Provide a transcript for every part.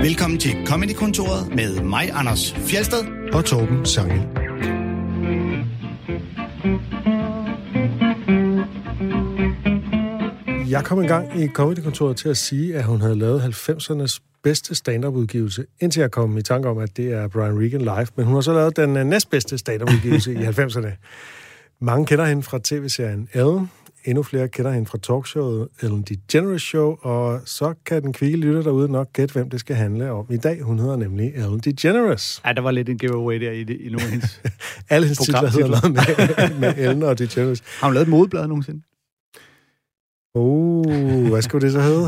Velkommen til Comedy-kontoret med mig, Anders Fjeldsted og Torben Sangel. Jeg kom engang i Comedy-kontoret til at sige, at hun havde lavet 90'ernes bedste stand-up-udgivelse, indtil jeg kom i tanke om, at det er Brian Regan Live. Men hun har så lavet den næstbedste stand-up-udgivelse i 90'erne. Mange kender hende fra tv-serien Ellen. Endnu flere kender hende fra talkshowet Ellen DeGeneres Show, og så kan den kvikke lytter derude nok gætte, hvem det skal handle om i dag. Hun hedder nemlig Ellen DeGeneres. Ja, der var lidt en giveaway der i nogle af hendes alle hendes titler hedder noget med Ellen og DeGeneres. Har hun lavet et modeblad nogensinde? Hvad skulle det så hedde?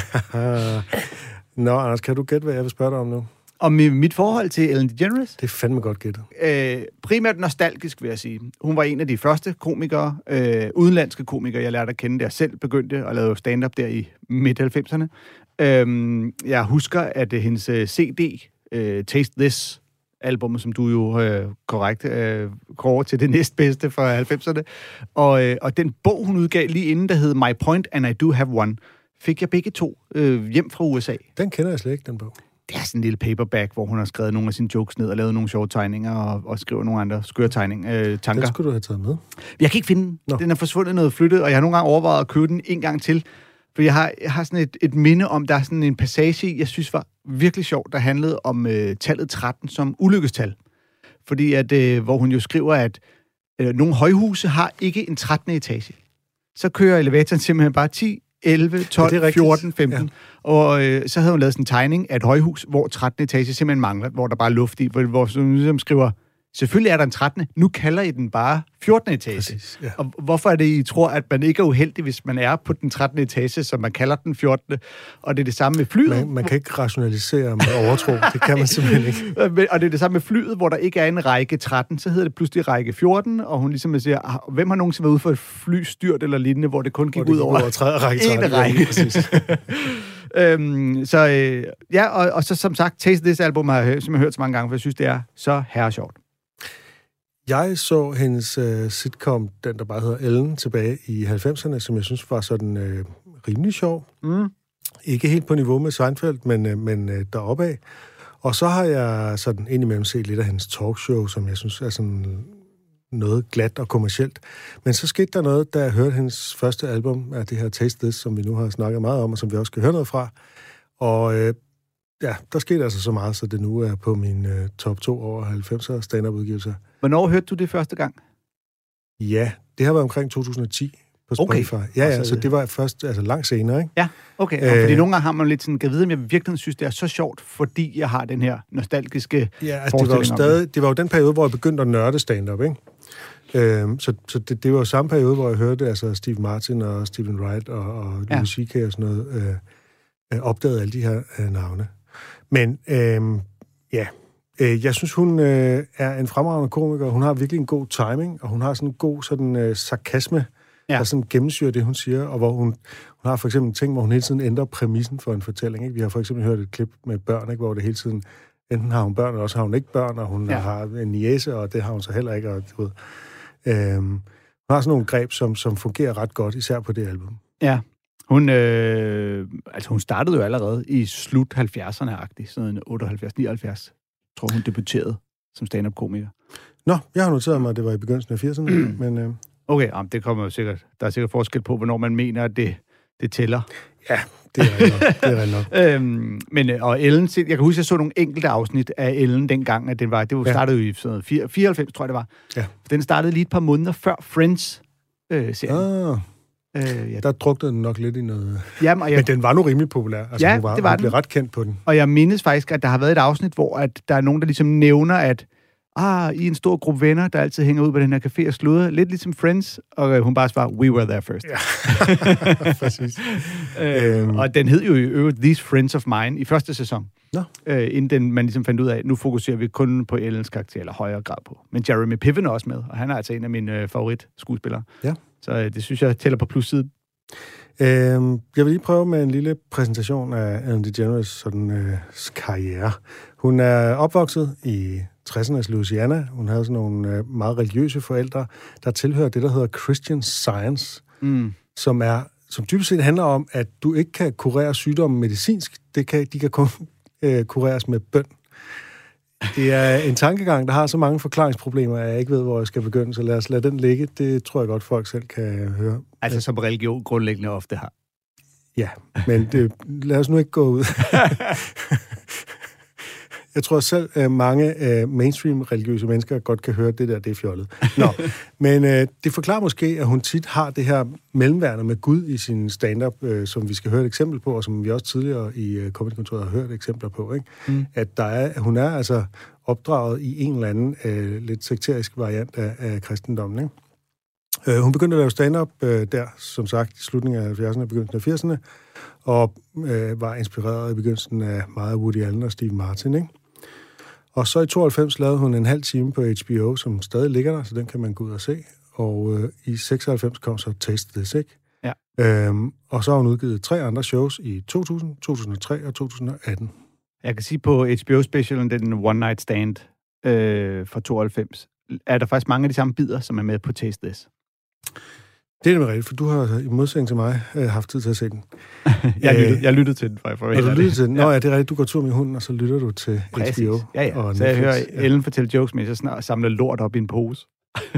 Nå, Anders, kan du gætte, hvad jeg vil spørge dig om nu? Om mit forhold til Ellen DeGeneres? Det er fandme godt gættet. Primært nostalgisk, vil jeg sige. Hun var en af de første komikere, udenlandske komikere, jeg lærte at kende, der selv begyndte at lave stand-up der i midt-90'erne. Jeg husker, at hendes CD, Taste This, albumet, som du jo korrekt går til det næstbedste fra 90'erne. Og den bog, hun udgav lige inden, der hed My Point and I Do Have One, fik jeg begge to hjem fra USA. Den kender jeg slet ikke, den bog. Det er sådan en lille paperback, hvor hun har skrevet nogle af sine jokes ned og lavet nogle sjove tegninger og skriver nogle andre skøre tanker. Den skulle du have taget med. Jeg kan ikke finde den. Den er forsvundet noget flyttet, og jeg har nogle gange overvejet at købe den en gang til. For jeg har sådan et minde om, der er sådan en passage, jeg synes var virkelig sjov, der handlede om tallet 13 som ulykkestal. Fordi at, hvor hun jo skriver, at nogle højhuse har ikke en 13. etage. Så kører elevatoren simpelthen bare 10, 11, 12, 14, 15. Ja. Og så havde hun lavet sådan en tegning af et højhus, hvor 13. etage simpelthen mangler, hvor der bare er luft i, hvor hun ligesom skriver, selvfølgelig er der en 13. Nu kalder I den bare 14. etage. Præcis, ja. Og hvorfor er det, I tror, at man ikke er uheldig, hvis man er på den 13. etage, som man kalder den 14. Og det er det samme med flyet. Man kan ikke rationalisere med overtro. Det kan man simpelthen ikke. Og det er det samme med flyet, hvor der ikke er en række 13, så hedder det pludselig række 14, og hun ligesom siger, hvem har nogensinde været ude for et flystyrt eller lignende, hvor det kun gik ud over en række. Præcis. Og så som sagt, Taste This album har jeg hørt så mange gange, for jeg synes, det er så herresjovt. Jeg så hendes sitcom, den der bare hedder Ellen, tilbage i 90'erne, som jeg synes var sådan rimelig sjov. Ikke helt på niveau med Seinfeld, men deroppe af. Og så har jeg sådan indimellem set lidt af hendes talkshow, som jeg synes er sådan noget glat og kommercielt. Men så skete der noget, da jeg hørte hendes første album af det her Taste This, som vi nu har snakket meget om, og som vi også skal høre noget fra. Og der skete altså så meget, så det nu er på min top 2 over 90'er stand-up-udgivelser. Hvornår hørte du det første gang? Ja, det har været omkring 2010 på Spotify. Okay. Ja, så det var først langt senere, ikke? Ja, okay. Fordi nogle gange har man lidt sådan, kan vide, om jeg virkelig synes, det er så sjovt, fordi jeg har den her nostalgiske forestilling det var jo den periode, hvor jeg begyndte at nørde stand-up, ikke? Så det var jo samme periode, hvor jeg hørte Steve Martin og Stephen Wright og Louis C.K. og sådan noget, opdagede alle de her navne. Men jeg synes, hun er en fremragende komiker. Hun har virkelig en god timing, og hun har sådan en god sarkasme, der sådan gennemsyrer det, hun siger, og hvor hun har for eksempel en ting, hvor hun hele tiden ændrer præmissen for en fortælling. Ikke? Vi har for eksempel hørt et klip med børn, ikke? Hvor det hele tiden, enten har hun børn, eller også har hun ikke børn, og hun har en niece, og det har hun så heller ikke. Og, hun har sådan nogle greb, som fungerer ret godt, især på det album. Ja. Hun startede jo allerede i slut 70'erne-agtigt, sådan 78-79. Tror hun debuterede som stand-up-komiker. Nå, jeg har noteret mig, at det var i begyndelsen af 80'erne, men... Okay, det kommer jo sikkert. Der er sikkert forskel på, hvornår man mener, at det tæller. Ja, det er rigtigt nok. Og Ellen, jeg kan huske, at jeg så nogle enkelte afsnit af Ellen dengang, at det startede jo i sådan 94, tror jeg det var. Ja. Den startede lige et par måneder før Friends-serien. Der druknede den nok lidt i noget... Men den var nu rimelig populær. Hun blev ret kendt på den. Og jeg mindes faktisk, at der har været et afsnit, hvor at der er nogen, der ligesom nævner, at i en stor gruppe venner, der altid hænger ud på den her café og sluder, lidt ligesom Friends, og hun bare svarer, we were there first. Ja, præcis. Og den hed jo i øvrigt These Friends of Mine i første sæson. Inden man ligesom fandt ud af, nu fokuserer vi kun på Ellens karakter, eller højere grad på. Men Jeremy Piven er også med, og han er altså en af mine favoritskuespillere. Ja. Så det synes jeg tæller på plussiden. Jeg vil lige prøve med en lille præsentation af Ellen DeGeneres karriere. Hun er opvokset i 60'ernes Louisiana. Hun havde sådan nogle meget religiøse forældre, der tilhører det, der hedder Christian Science, som dybest set handler om, at du ikke kan kurere sygdomme medicinsk. De kan kun kureres med bøn. Det er en tankegang, der har så mange forklaringsproblemer, at jeg ikke ved, hvor jeg skal begynde, så lad os lade den ligge. Det tror jeg godt, folk selv kan høre. Altså som religion grundlæggende ofte har. Ja, men lad os nu ikke gå ud. Jeg tror selv, mange mainstream religiøse mennesker godt kan høre, at det er fjollet. Nå, men det forklarer måske, at hun tit har det her mellemværende med Gud i sin stand-up, som vi skal høre et eksempel på, og som vi også tidligere i Comedy-kontoret har hørt eksempler på. Ikke? At hun er altså opdraget i en eller anden lidt sekterisk variant af kristendommen. Ikke? Hun begyndte at lave stand-up der, som sagt, i slutningen af 70'erne og begyndelsen af 80'erne, og var inspireret i begyndelsen af meget af Woody Allen og Steve Martin, ikke? Og så i 92 lavede hun en halv time på HBO, som stadig ligger der, så den kan man gå ud og se. Og i 96 kom så Taste This, ikke? Ja. Og så har hun udgivet 3 andre shows i 2000, 2003 og 2018. Jeg kan sige på HBO-specialen, den One Night Stand fra 92, er der faktisk mange af de samme bidder, som er med på Taste This. Det er nemlig rigtigt, for du har i modsætning til mig haft tid til at se den. Jeg lyttede til den, for jeg forventer det. Du lyttede til den? Nå ja, det er rigtigt. Du går tur med hunden, og så lytter du til Præcis. HBO. Ja. Og så jeg hører Ellen fortælle jokes, mens jeg snart samler lort op i en pose.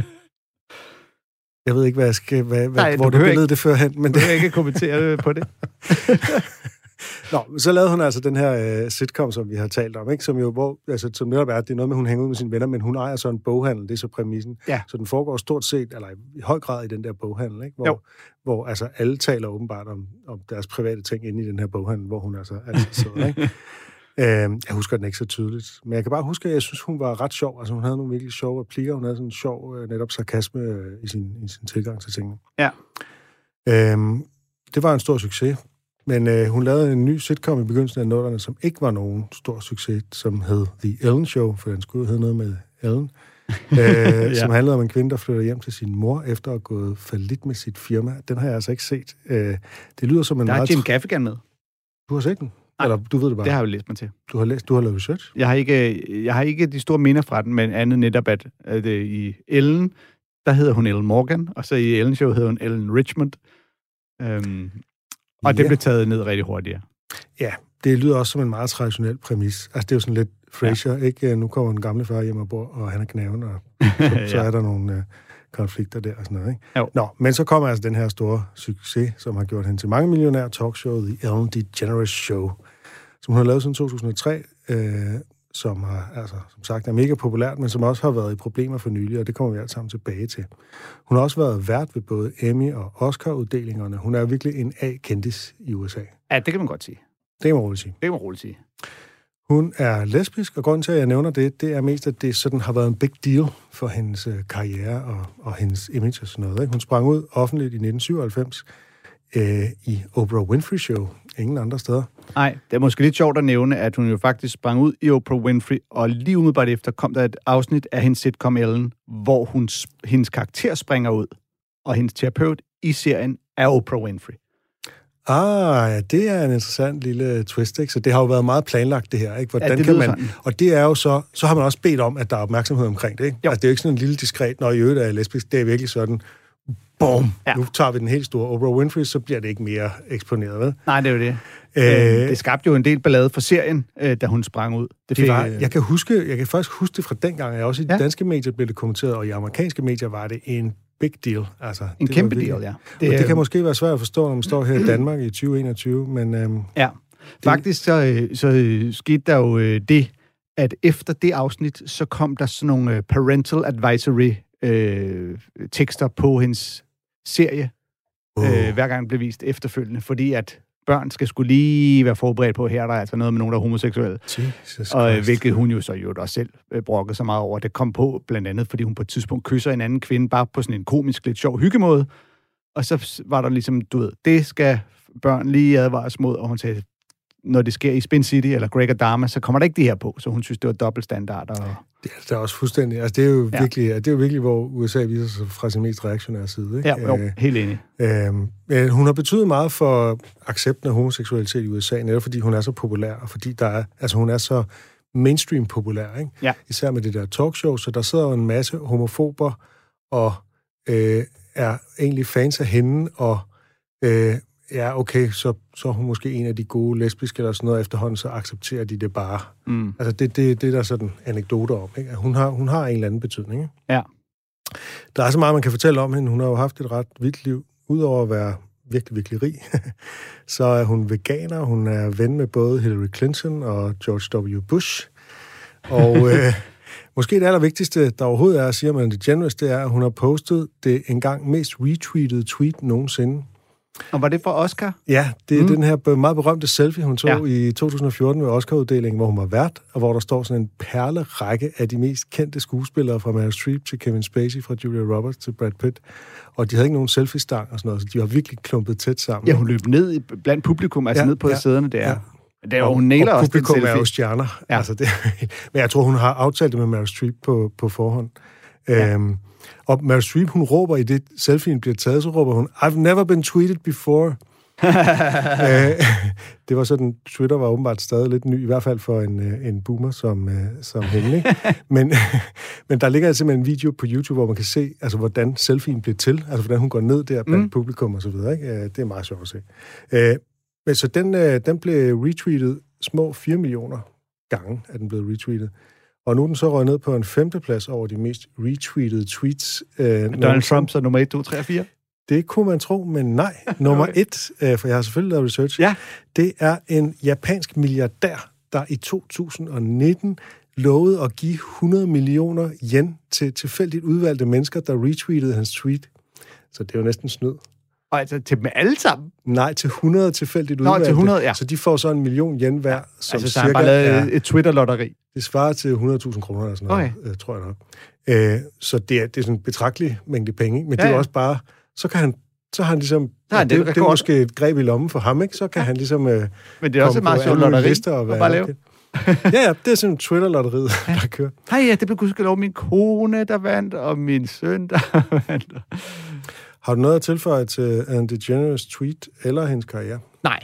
Jeg ved ikke, hvad jeg skal, hvor det billede det fører hen. Men det kan jeg ikke kommentere på det. Nå, så lavede hun altså den her sitcom, som vi har talt om, ikke? Som jo, som netop er, det er noget med, hun hænger ud med sine venner, men hun ejer så en boghandel, det er så præmissen. Ja. Så den foregår stort set, eller i høj grad i den der boghandel, ikke? Hvor altså alle taler åbenbart om deres private ting inde i den her boghandel, hvor hun altså altid sidder, ikke? Jeg husker den ikke så tydeligt, men jeg kan bare huske, at jeg synes, hun var ret sjov. Altså, hun havde nogle virkelig sjove replikker, hun havde sådan en sjov, netop sarkasme i sin tilgang til tingene. Ja. Det var en stor succes. Men hun lavede en ny sitcom i begyndelsen af 00'erne, som ikke var nogen stor succes, som hed The Ellen Show, for den skulle hedde noget med Ellen, som handlede om en kvinde, der flytter hjem til sin mor, efter at have gået fallit med sit firma. Den har jeg altså ikke set. Det lyder som en der meget... Der er Jim Gaffigan med. Du har set den? Nej, eller du ved det bare? Det har jeg jo læst mig til. Du har lavet research? Jeg har ikke de store minder fra den, men andet netop, at i Ellen, der hedder hun Ellen Morgan, og så i Ellen Show hedder hun Ellen Richmond. Og det blev taget ned rigtig hurtigt. Ja, det lyder også som en meget traditionel præmis. Altså, det er jo sådan lidt Frasier, ikke? Nu kommer den gamle far hjem og bor, og han er knaven, og så er der nogle konflikter der og sådan noget, ikke? Jo. Nå, men så kommer altså den her store succes, som har gjort hende til mange millionær talkshow, The Ellen DeGeneres Show, som hun har lavet siden 2003, som har, altså, som sagt, er mega populært, men som også har været i problemer for nylig, og det kommer vi alt sammen tilbage til. Hun har også været vært ved både Emmy- og Oscar-uddelingerne. Hun er virkelig en A-kendis i USA. Ja, det kan man godt sige. Det kan man roligt sige. Det kan man roligt sige. Hun er lesbisk, og grunden til, at jeg nævner det, det er mest, at det sådan har været en big deal for hendes karriere og hendes image og sådan noget. Ikke? Hun sprang ud offentligt i 1997 i Oprah Winfrey Show. Ingen andre steder. Nej, det er måske lidt sjovt at nævne, at hun jo faktisk sprang ud i Oprah Winfrey, og lige umiddelbart efter kom der et afsnit af hendes sitcom Ellen, hvor hendes karakter springer ud, og hendes terapeut i serien er Oprah Winfrey. Ja, det er en interessant lille twist, ikke? Så det har jo været meget planlagt, det her, ikke? Hvordan det kan man... Sådan. Og det er jo så har man også bedt om, at der er opmærksomhed omkring det, ikke? Altså, det er jo ikke sådan en lille diskret, når i øvrigt er lesbisk, det er virkelig sådan, boom, nu tager vi den helt store Oprah Winfrey, så bliver det ikke mere eksponeret, vel? Nej, det er jo det. Det skabte jo en del ballade for serien, da hun sprang ud. Jeg kan faktisk huske det fra dengang, at også i de danske medier blev det kommenteret, og i amerikanske medier var det en big deal. Altså, en kæmpe deal, ja. Det kan måske være svært at forstå, når man står her i Danmark i 2021, men... Faktisk så skete der jo det, at efter det afsnit, så kom der sådan nogle parental advisory tekster på hendes serie, hver gang den blev vist efterfølgende, fordi at børn skal skulle lige være forberedt på, her der er altså noget med nogen, der er homoseksuelle. Og hvilket hun jo så jo også selv brokkede så meget over. Det kom på blandt andet, fordi hun på et tidspunkt kysser en anden kvinde, bare på sådan en komisk, lidt sjov hyggemåde. Og så var der ligesom, du ved, det skal børn lige advares mod, og hun sagde, når det sker i Spin City eller Greg og Dharma, så kommer der ikke det her på. Så hun synes, det var dobbeltstandard. Og... Det er også fuldstændig. Altså, det er jo virkelig, hvor USA viser sig fra sin mest reaktionære side. Ikke? Ja, jo, helt enig. Hun har betydet meget for accepten af homoseksualitet i USA, netop fordi hun er så populær, og fordi hun er så mainstream populær, ikke? Ja. Især med det der talkshow, så der sidder jo en masse homofober og er egentlig fans af hende, og ja, okay, så er hun måske en af de gode lesbiske eller sådan noget, efterhånden så accepterer de det bare. Altså, det er der sådan anekdoter om, ikke? Hun har en eller anden betydning, ikke? Ja. Der er så meget, man kan fortælle om hende. Hun har jo haft et ret vildt liv. Udover at være virkelig, virkelig rig, så er hun veganer. Hun er ven med både Hillary Clinton og George W. Bush. Og måske det allervigtigste, der overhovedet er, siger man DeGeneres, det er, at hun har postet det engang mest retweetede tweet nogensinde. Og var det for Oscar? Ja, det er den her meget berømte selfie, hun tog i 2014 ved Oscar-uddelingen, hvor hun var vært, og hvor der står sådan en perlerække af de mest kendte skuespillere, fra Meryl Streep til Kevin Spacey, fra Julia Roberts til Brad Pitt. Og de havde ikke nogen selfie-stang og sådan noget, så de var virkelig klumpet tæt sammen. Ja, hun løb ned blandt publikum, altså ned på sæderne der. Ja. Det er jo, hun nailer og også den selfie. Publikum er jo stjerner. Ja. Altså, men jeg tror, hun har aftalt det med Meryl Streep på forhånd. Ja. Og Meryl Streep, hun råber i det, selfien bliver taget, så råber hun, I've never been tweeted before. Det var sådan, Twitter var åbenbart stadig lidt ny, i hvert fald for en boomer som hende, ikke? Men der ligger simpelthen en video på YouTube, hvor man kan se, altså, hvordan selfien bliver til, altså hvordan hun går ned der blandt publikum og så videre, ikke? Det er meget sjovt at se. Men så den blev retweetet små 4 millioner gange, er den blevet retweetet. Og nu er den så røget ned på en 5. plads over de mest retweetede tweets. Donald Trump så nummer 1, 2, 3 og 4? Det kunne man tro, men nej. Nummer 1, for jeg har selvfølgelig lavet research, det er en japansk milliardær, der i 2019 lovede at give 100 millioner yen til tilfældigt udvalgte mennesker, der retweetede hans tweet. Så det er jo næsten snyd. Og altså til dem alle sammen? Nej, til 100 tilfældigt udvalgte. Til 100, ja. Så de får så 1 million yen hver, som altså, cirka bare lavet et Twitter-lotteri. Det svarer til 100.000 kroner eller sådan noget, tror jeg nok. Så det er sådan en betragtelig mængde penge, men det er også bare, så har han ligesom, det er måske et greb i lommen for ham, ikke? Så kan han ligesom men det er også et meget sjovt lotteri. Bare lave. Ja, det er sådan en Twitter-lotteriet, der kører. Ja, det blev gudskelov min kone, der vandt, og min søn, der vandt. Har du noget at tilføje til Ellen DeGeneres tweet eller hendes karriere? Nej.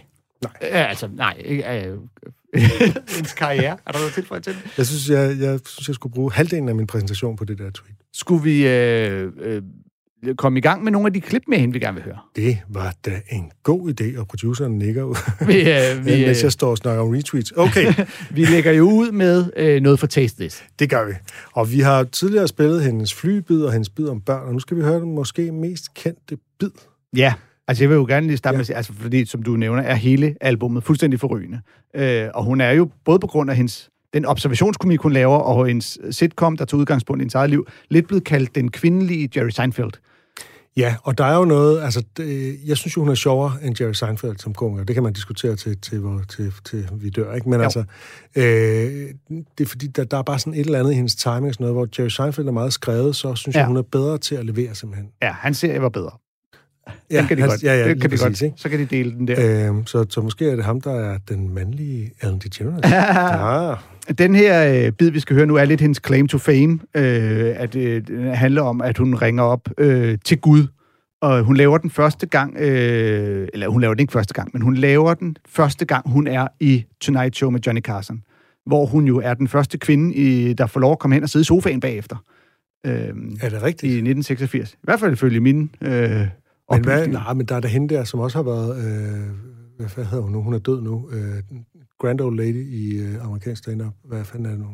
Hendes karriere. Er der noget at tilføje til det? Jeg synes, jeg skulle bruge halvdelen af min præsentation på det der tweet. Skulle vi komme i gang med nogle af de klip med hende, vi gerne vil høre? Det var da en god idé, og produceren nikker ud. Mens jeg står og snakker om retweets. Okay. Vi lægger jo ud med noget for Taste This. Det gør vi. Og vi har tidligere spillet hendes flybid og hendes bid om børn, og nu skal vi høre den måske mest kendte bid. Ja, altså jeg vil jo gerne lige starte med at sige, altså fordi, som du nævner, er hele albummet fuldstændig forrygende. Og hun er jo, både på grund af den observationskomik, hun laver, og hendes sitcom, der tog udgangspunkt i hendes eget liv, lidt blevet kaldt den kvindelige Jerry Seinfeld. Ja, og der er jo noget, altså, jeg synes jo, hun er sjovere end Jerry Seinfeld som komiker. Det kan man diskutere til vi dør, ikke? Men altså, det er fordi, der er bare sådan et eller andet i hendes timing og sådan noget, hvor Jerry Seinfeld er meget skrevet, så synes jeg, hun er bedre til at levere simpelthen. Ja, han serie var bedre. Ja, kan de godt. Ja, det kan de præcis, godt. Så kan de dele den der. Så måske er det ham, der er den mandlige Ellen DeGeneres. Den her bid, vi skal høre nu, er lidt hendes claim to fame. At det handler om, at hun ringer op til Gud. Og hun laver den første gang, eller hun laver den ikke første gang, men hun laver den første gang, hun er i Tonight Show med Johnny Carson. Hvor hun jo er den første kvinde, der får lov at komme hen og sidde i sofaen bagefter. Er det rigtigt? I 1986. I hvert fald ifølge mine men der er der hende der, som også har været, hvad hedder hun nu? Hun er død nu. Grand Old Lady i amerikansk stand-up. Hvad fanden er det nu?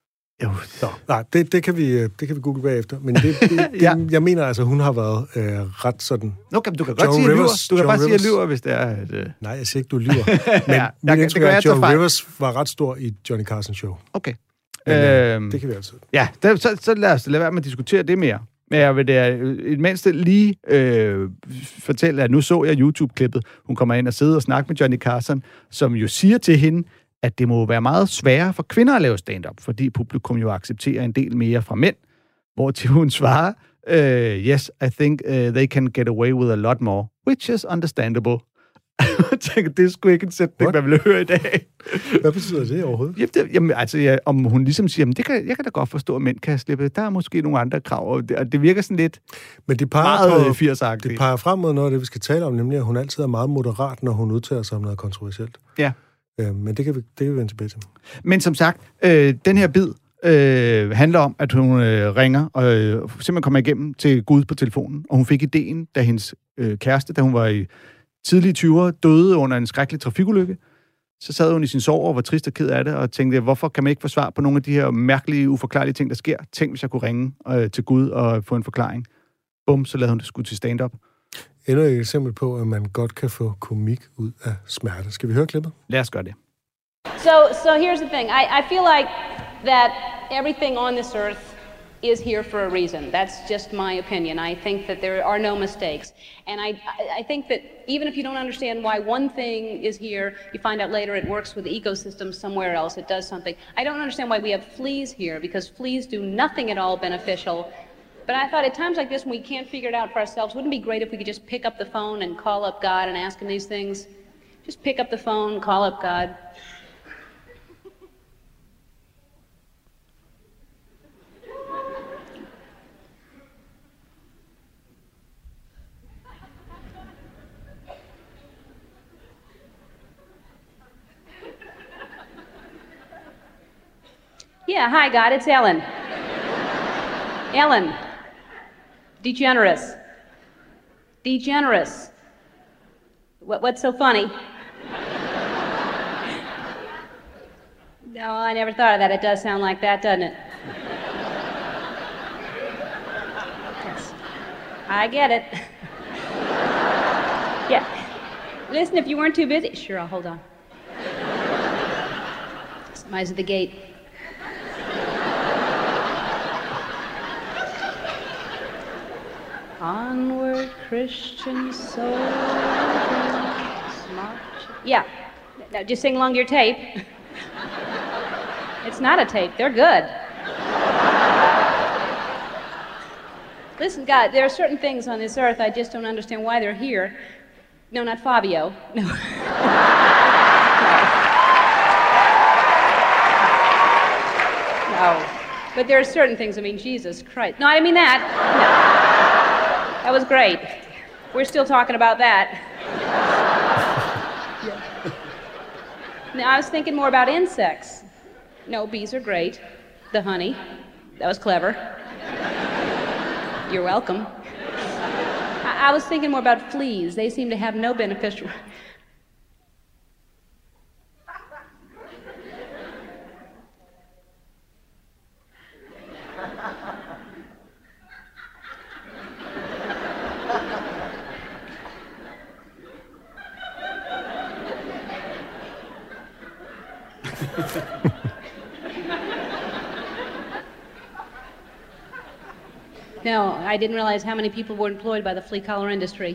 Nej, det kan vi google bagefter. Men jeg mener altså, hun har været ret sådan... Okay, du kan godt sige, at lyver. Du kan bare sige, at lyver, hvis det er... Nej, jeg siger ikke, du lyver. Men min indtryk er, at Joan Rivers var ret stor i Johnny Carson show. Okay. Det kan vi altid. Ja, så lad os lade være med at diskutere det mere. Men jeg vil i mindste lige fortælle, at nu så jeg YouTube-klippet. Hun kommer ind og sidder og snakker med Johnny Carson, som jo siger til hende, at det må være meget sværere for kvinder at lave stand-up, fordi publikum jo accepterer en del mere fra mænd, hvor til hun svarer, yes, I think they can get away with a lot more, which is understandable. Jeg tænker, det er sgu ikke en sætning, man vil høre i dag. Hvad betyder det overhovedet? Om hun ligesom siger, jeg kan da godt forstå, at mænd kan slippe. Der er måske nogle andre krav, og det virker sådan lidt men det meget 80'er-agtigt. Det peger frem mod noget af det, vi skal tale om, nemlig at hun altid er meget moderat, når hun udtaler sig om noget kontroversielt. Ja. Men det kan vi vende tilbage til. Men som sagt, den her bid handler om, at hun ringer og simpelthen kommer igennem til Gud på telefonen, og hun fik ideen, da hendes kæreste, da hun var i tidlige 20'ere døde under en skrækkelig trafikulykke. Så sad hun i sin sorg og var trist og ked af det, og tænkte, hvorfor kan man ikke få svar på nogle af de her mærkelige, uforklarlige ting, der sker? Tænk, hvis jeg kunne ringe til Gud og få en forklaring. Bum, så lavede hun det sgu til stand-up. Endnu et eksempel på, at man godt kan få komik ud af smerte. Skal vi høre klippet? Lad os gøre det. So here's the thing. I feel like that everything on this earth is here for a reason. That's just my opinion. I think that there are no mistakes. And I think that even if you don't understand why one thing is here, you find out later it works with the ecosystem somewhere else. It does something. I don't understand why we have fleas here, because fleas do nothing at all beneficial. But I thought at times like this, when we can't figure it out for ourselves, wouldn't it be great if we could just pick up the phone and call up God and ask him these things? Just pick up the phone, call up God. Yeah, hi God, it's Ellen. Ellen. DeGeneres. DeGeneres. What's so funny? No, I never thought of that. It does sound like that, doesn't it? Yes. I get it. Yeah. Listen, if you weren't too busy... Sure, I'll hold on. Somebody's at the gate. Onward, Christian soldier, march. Yeah. Now, just sing along to your tape. It's not a tape. They're good. Listen, God, there are certain things on this earth I just don't understand why they're here. No, not Fabio. No. No. But there are certain things, I mean, Jesus Christ. No, I didn't mean that. No. That was great. We're still talking about that. Yeah. Now, I was thinking more about insects. No, bees are great. The honey. That was clever. You're welcome. I was thinking more about fleas. They seem to have no beneficial... No, I didn't realize how many people were employed by the flea collar industry.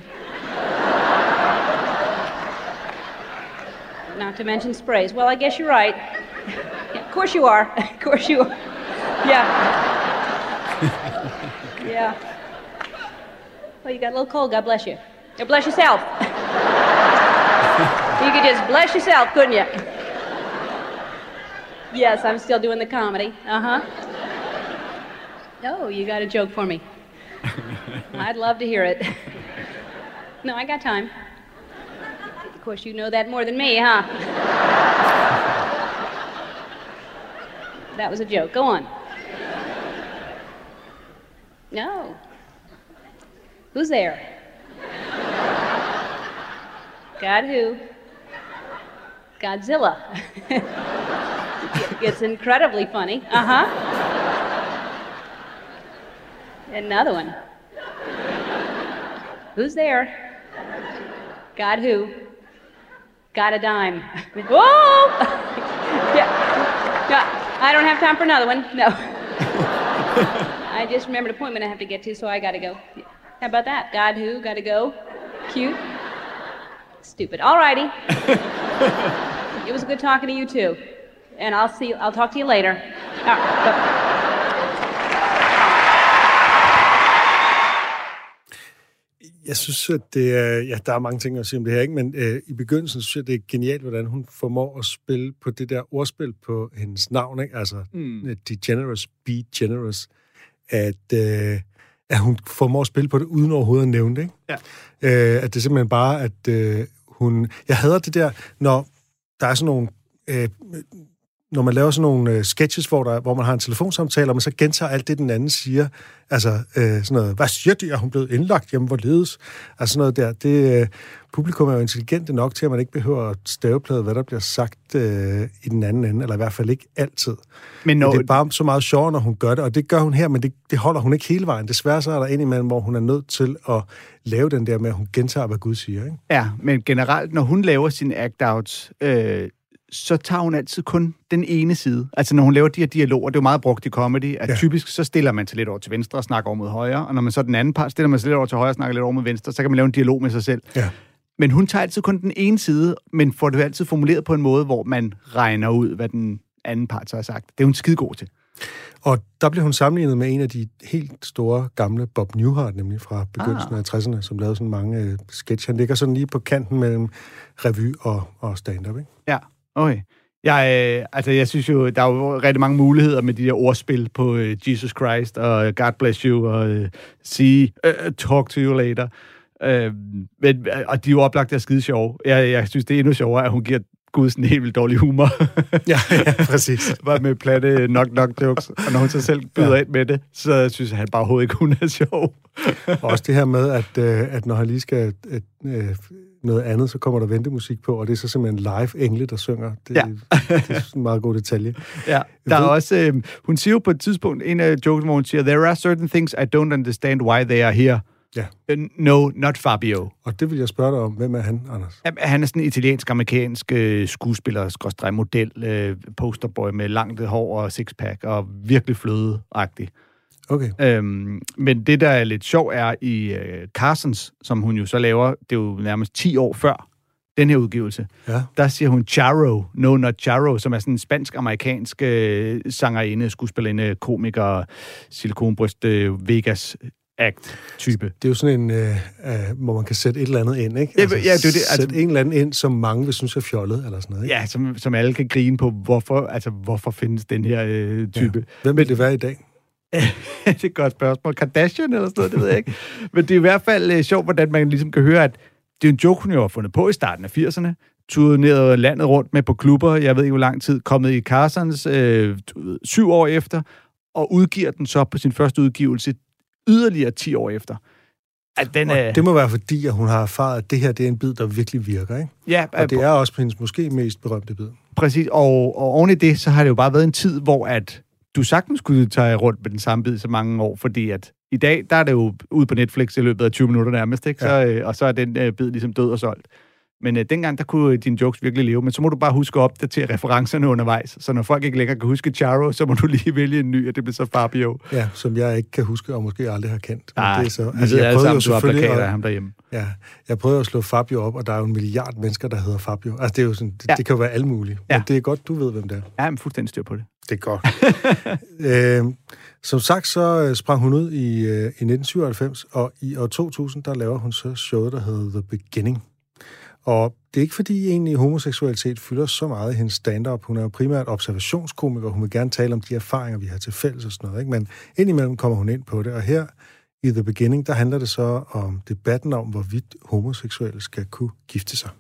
Not to mention sprays. Well, I guess you're right. Yeah, of course you are. Of course you are. Yeah. Yeah. Well, you got a little cold. God bless you. Or bless yourself. You could just bless yourself, couldn't you? Yes, I'm still doing the comedy. Uh-huh. Oh, you got a joke for me. I'd love to hear it. No, I got time. Of course, you know that more than me, huh? That was a joke. Go on. No. Who's there? God who? Godzilla. It's incredibly funny. Uh-huh. Another one. Who's there? God who? Got a dime. Whoa! Yeah. No, I don't have time for another one. No. I just remembered an appointment I have to get to, so I gotta go. How about that? God who? Gotta go? Cute? Stupid. All righty. It was good talking to you too. And I'll talk to you later. All right. Jeg synes, at det er... Ja, der er mange ting at sige om det her, ikke? Men i begyndelsen synes jeg, det er genialt, hvordan hun formår at spille på det der ordspil på hendes navn, ikke? Altså, DeGeneres, Be Generous. At hun formår at spille på det, uden overhovedet at nævne det, ikke? Ja. At det er simpelthen bare, at hun... Jeg hader det der, når der er sådan nogle når man laver sådan nogle sketches, hvor man har en telefonsamtale, og man så gentager alt det, den anden siger. Altså sådan noget, hvad siger de, er hun blevet indlagt hjemme, hvorledes? Altså sådan noget der. Publikum er jo intelligente nok til, at man ikke behøver at staveplade, hvad der bliver sagt i den anden ende, eller i hvert fald ikke altid. Men det er bare så meget sjovere, når hun gør det, og det gør hun her, men det holder hun ikke hele vejen. Desværre så er der indimellem, hvor hun er nødt til at lave den der med, at hun gentager, hvad Gud siger. Ikke? Ja, men generelt, når hun laver sine act-outs, så tager hun altid kun den ene side. Altså, når hun laver de her dialoger, det er jo meget brugt i comedy, at typisk så stiller man til lidt over til venstre og snakker over mod højre, og når man så den anden part stiller man sig lidt over til højre og snakker lidt over mod venstre, så kan man lave en dialog med sig selv. Ja. Men hun tager altid kun den ene side, men får det altid formuleret på en måde, hvor man regner ud, hvad den anden part så har sagt. Det er hun skidegod til. Og der blev hun sammenlignet med en af de helt store gamle Bob Newhart, nemlig fra begyndelsen af 60'erne, som lavede sådan mange sketch. Han ligger sådan lige på kanten mellem revy og stand-up, ikke? Ja, okay. Jeg synes jo, der er jo rigtig mange muligheder med de der ordspil på Jesus Christ og God bless you og talk to you later. Og de er jo oplagt af skide sjove. Jeg synes, det er endnu sjovere, at hun giver Gud sådan en helt vildt dårlig humor. ja, præcis. Bare med platte knock-knock jokes. Og når hun så selv byder ind med det, så synes jeg, han bare overhovedet ikke, hun er sjov. Også det her med, at når han lige skal noget andet, så kommer der ventemusik på, og det er så simpelthen live engle, der synger. Det er en meget god detalje. Ja, der er også... hun siger jo på et tidspunkt, en af jokes, hvor hun siger, there are certain things I don't understand why they are here. Ja. No, not Fabio. Og det vil jeg spørge dig om. Hvem er han, Anders? Han er sådan en italiensk-amerikansk skuespiller, model, posterboy med langt hår og sixpack, og virkelig flødeagtig. Okay. Men det, der er lidt sjov, er i Carsons, som hun jo så laver, det er jo nærmest 10 år før den her udgivelse. Ja. Der siger hun Charo, no, not Charo, som er sådan en spansk-amerikansk sangerinde, skuespillerinde, komiker, silikonbryst, Vegas act-type. Det er jo sådan en, hvor man kan sætte et eller andet ind, ikke? Altså, det er det. Sætte en eller anden ind, som mange vil synes er fjollet, eller sådan noget, ikke? Ja, som alle kan grine på, hvorfor findes den her type. Ja. Hvem vil det være i dag? Det er et godt spørgsmål. Kardashian eller sådan noget, det ved jeg ikke. Men det er i hvert fald sjovt, hvordan man ligesom kan høre, at det er en joke, hun jo har fundet på i starten af 80'erne. Turneret landet rundt med på klubber, jeg ved ikke hvor lang tid, kommet i Carsons 7 år efter, og udgiver den så på sin første udgivelse yderligere 10 år efter. At det må være fordi, at hun har erfaret, at det her det er en bid, der virkelig virker, ikke? Ja. Og det er også hendes måske mest berømte bid. Præcis, og oven i det, så har det jo bare været en tid, hvor at du sagtens kunne tage rundt med den samme bid så mange år, fordi at i dag, der er det jo ude på Netflix i løbet af 20 minutter nærmest, ikke? Ja. Og så er den bid ligesom død og solgt. Men dengang, der kunne dine jokes virkelig leve. Men så må du bare huske at opdatere referencerne undervejs. Så når folk ikke længere kan huske Charo, så må du lige vælge en ny, og det bliver så Fabio. Ja, som jeg ikke kan huske, og måske aldrig har kendt. Nej, det er så, altså, jeg prøvede jo selvfølgelig du har plakater af ham derhjemme. Ja, jeg prøvede at slå Fabio op, og der er jo 1 milliard mennesker, der hedder Fabio. Altså, det er jo sådan, det kan jo være alle mulige. Men det er godt, du ved, hvem det er. Ja, men fuldstændig styr på det. Det er godt. Som sagt, så sprang hun ud i 1997, og i år 2000, der laver hun så showet, der hedder The Beginning. Og det er ikke fordi egentlig homoseksualitet fylder så meget i hendes stand-up. Hun er jo primært observationskomiker, hun vil gerne tale om de erfaringer, vi har til fælles og sådan noget, ikke? Men indimellem kommer hun ind på det, og her i The Beginning, der handler det så om debatten om, hvorvidt homoseksuelle skal kunne gifte sig.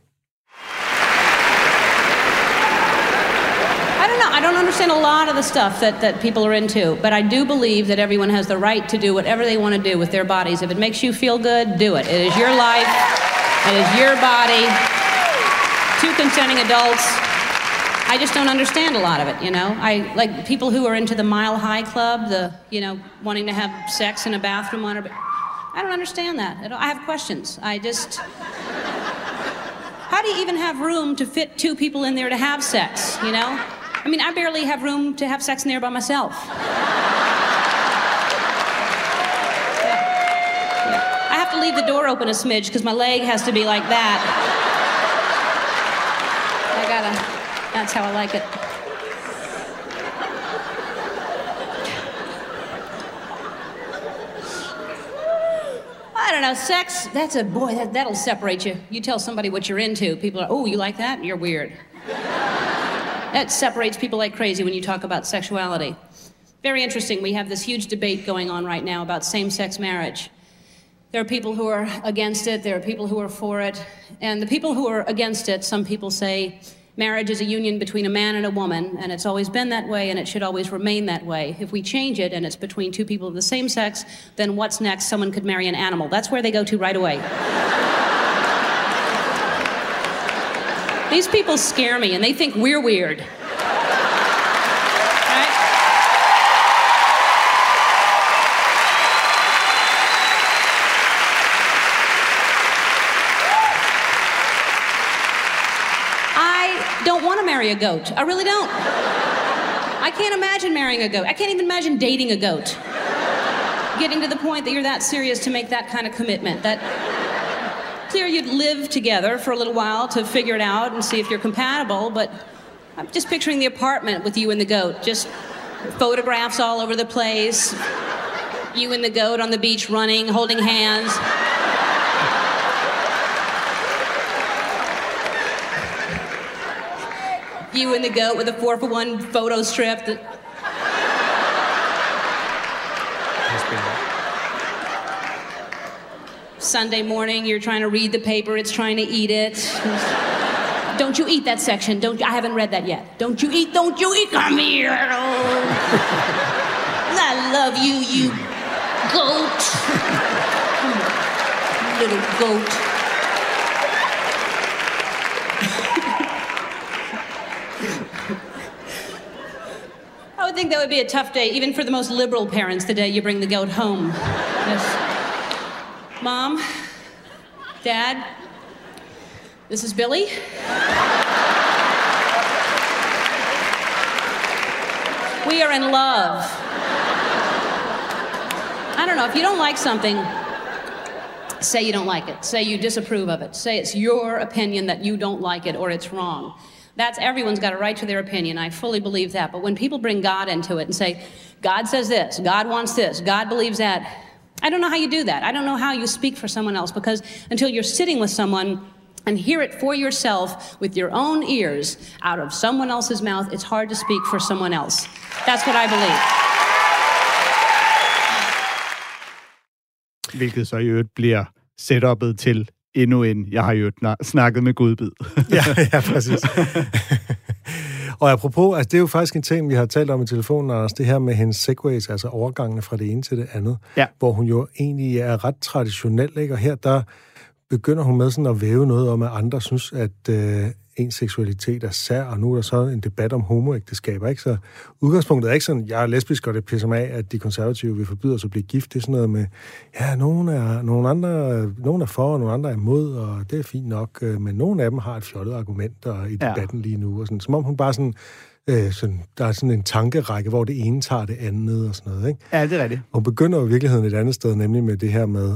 I don't understand a lot of the stuff that people are into, but I do believe that everyone has the right to do whatever they want to do with their bodies. If it makes you feel good, do it. It is your life. It is your body. 2 consenting adults. I just don't understand a lot of it, you know? I like people who are into the Mile High Club, wanting to have sex in a bathroom I don't understand that. I have questions. How do you even have room to fit 2 people in there to have sex, you know? I mean, I barely have room to have sex in there by myself. I have to leave the door open a smidge because my leg has to be like that. That's how I like it. I don't know, sex, that'll separate you. You tell somebody what you're into, people are, oh, you like that? You're weird. That separates people like crazy when you talk about sexuality. Very interesting. We have this huge debate going on right now about same-sex marriage. There are people who are against it. There are people who are for it. And the people who are against it, some people say, Marriage is a union between a man and a woman, and it's always been that way, and it should always remain that way. If we change it and it's between two people of the same sex, then what's next? Someone could marry an animal. That's where they go to right away. These people scare me, and they think we're weird. Right? I don't want to marry a goat. I really don't. I can't imagine marrying a goat. I can't even imagine dating a goat. Getting to the point that you're that serious to make that kind of commitment. That clear you'd live together for a little while to figure it out and see if you're compatible, but I'm just picturing the apartment with you and the goat. Just photographs all over the place. You and the goat on the beach running, holding hands. You and the goat with a 4-for-1 photo strip that... Sunday morning, you're trying to read the paper, it's trying to eat it. Don't you eat that section. I haven't read that yet. Don't you eat, come here. I love you, you goat. Little goat. I would think that would be a tough day, even for the most liberal parents, the day you bring the goat home. Yes. Mom, Dad, this is Billy. We are in love. I don't know, if you don't like something, say you don't like it. Say you disapprove of it. Say it's your opinion that you don't like it or it's wrong. Everyone's got a right to their opinion. I fully believe that. But when people bring God into it and say, God says this, God wants this, God believes that, I don't know how you do that. I don't know how you speak for someone else, because until you're sitting with someone and hear it for yourself with your own ears out of someone else's mouth, it's hard to speak for someone else. That's what I believe. Hvilket så i øvrigt bliver setupet til endnu en, jeg har jo snakket med Godbid. ja, præcis. Og apropos, altså det er jo faktisk en ting, vi har talt om i telefonen, Anders, det her med hendes segways, altså overgangene fra det ene til det andet, hvor hun jo egentlig er ret traditionel, ikke? Og her, der begynder hun med sådan at væve noget om, at andre synes, at ens seksualitet er sær, og nu er der så en debat om homoægteskaber, ikke? Så udgangspunktet er ikke sådan, jeg er lesbisk, og det pisser mig af, at de konservative vil forbyde os at blive gift. Det er sådan noget med, ja, nogen er for, og nogle andre er imod, og det er fint nok, men nogle af dem har et fjollet argument i debatten lige nu, og sådan, som om hun bare sådan, der er sådan en tankerække, hvor det ene tager det andet og sådan noget, ikke? Ja, det er rigtigt. Og begynder jo i virkeligheden et andet sted, nemlig med det her med,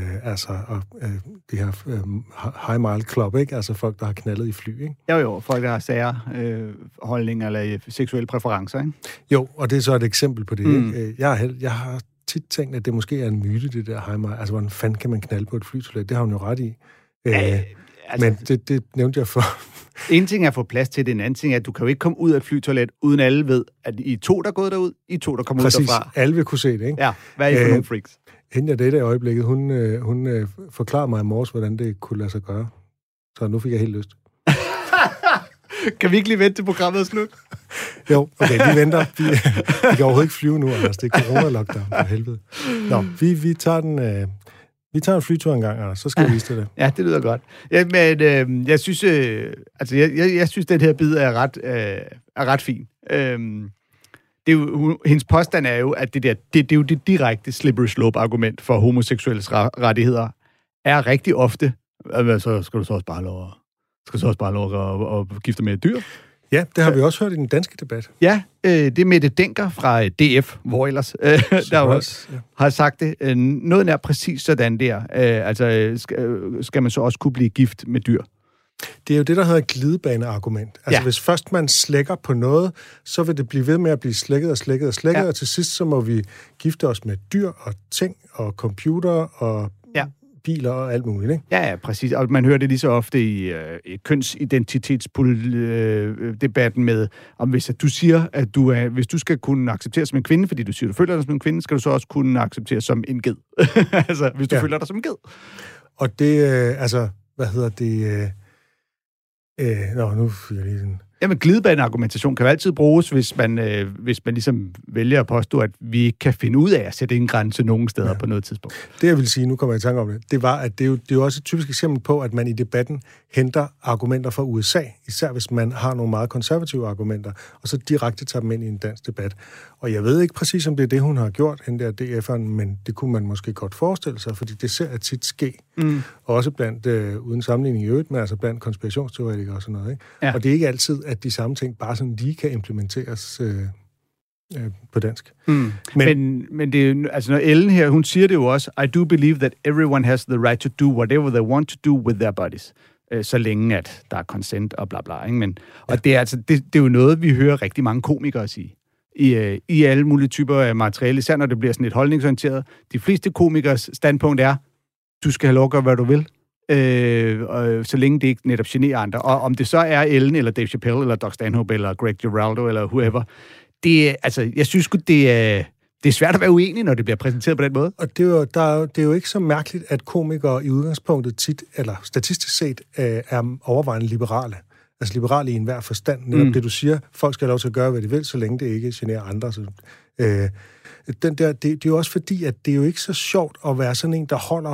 det her high mile club, ikke? Altså folk, der har knaldet i fly, ikke? Jo, folk, der har sære holdninger eller seksuelle præferencer, ikke? Jo, og det er så et eksempel på det, ikke? Jeg har tit tænkt, at det måske er en myte, det der high mile. Altså, hvordan fanden kan man knalde på et flytoilet? Det har hun jo ret i. Men det nævnte jeg for. En ting er at få plads til det, en anden ting er, at du kan jo ikke komme ud af et flytoilet, uden alle ved, at I er to, der er gået derud, I er to, der kommer ud derfra. Præcis, alle vil kunne se det, ikke? Ja, hvad er I for nogle freaks? Hende jeg det i øjeblikket, hun forklarede mig i morges, hvordan det kunne lade sig gøre. Så nu fik jeg helt lyst. Kan vi ikke lige vente til programmet er slut? Jo, okay, vi venter. Vi kan overhovedet ikke flyve nu, Anders. Det er corona-lockdown, for helvede. Nå, vi tager den... Vi tager en flytur en gang, Anders, så skal vi vise det. Ja, det lyder godt. Ja, men jeg synes, jeg synes, den her bid er ret fin. Det er jo, hendes påstand er jo, at det er jo det direkte slippery slope-argument for homoseksuelles rettigheder, er rigtig ofte, så skal du så også bare lov at gifte med et dyr. Ja, det har vi også hørt i den danske debat. Ja, det er Mette Dencker fra DF, hvor ellers, der også har sagt det. Noget nær præcis sådan der. Skal man så også kunne blive gift med dyr? Det er jo det, der hedder glidebaneargument. Altså, hvis først man slækker på noget, så vil det blive ved med at blive slækket, og til sidst så må vi gifte os med dyr og ting og computer og biler og alt muligt, ikke? Ja, præcis. Og man hører det lige så ofte i kønsidentitetsdebatten med, om hvis at du siger, at hvis du skal kunne accepteres som en kvinde, fordi du siger, at du føler dig som en kvinde, skal du så også kunne accepteres som en ged. Altså, hvis du føler dig som en ged. Og det, Nu fik jeg lige den. Jamen, glidebaneargumentation kan jo altid bruges, hvis man ligesom vælger at påstå, at vi ikke kan finde ud af at sætte en grænse nogen steder på noget tidspunkt. Det, jeg vil sige, nu kommer jeg i tanke om det var, at det er jo også et typisk eksempel på, at man i debatten henter argumenter fra USA, især hvis man har nogle meget konservative argumenter, og så direkte tager dem ind i en dansk debat. Og jeg ved ikke præcis, om det er det, hun har gjort, hende der DF'eren, men det kunne man måske godt forestille sig, fordi det ser tit ske. Også blandt, uden sammenligning i øvrigt, men altså blandt konspirationsteoretikere og sådan noget. Ikke? Ja. Og det er ikke altid, at de samme ting bare sådan lige kan implementeres på dansk. Men det er, altså når Ellen her, hun siger det jo også, I do believe that everyone has the right to do whatever they want to do with their bodies. Så længe at der er consent og bla bla. Ikke? Og det er altså, det er jo noget, vi hører rigtig mange komikere sige. I alle mulige typer af materiale, især når det bliver sådan et holdningsorienteret. De fleste komikers standpunkt er, du skal have lov at gøre, hvad du vil, så længe det ikke netop generer andre. Og om det så er Ellen, eller Dave Chappelle, eller Doug Stanhope, eller Greg Giraldo, eller whoever, jeg synes det er svært at være uenig, når det bliver præsenteret på den måde. Og det er jo ikke så mærkeligt, at komikere i udgangspunktet tit, eller statistisk set, er overvejende liberale. Altså liberale i enhver forstand. Netop det, du siger, folk skal have lov til at gøre, hvad de vil, så længe det ikke generer andre. Så, det er jo også fordi, at det er jo ikke så sjovt at være sådan en, der holder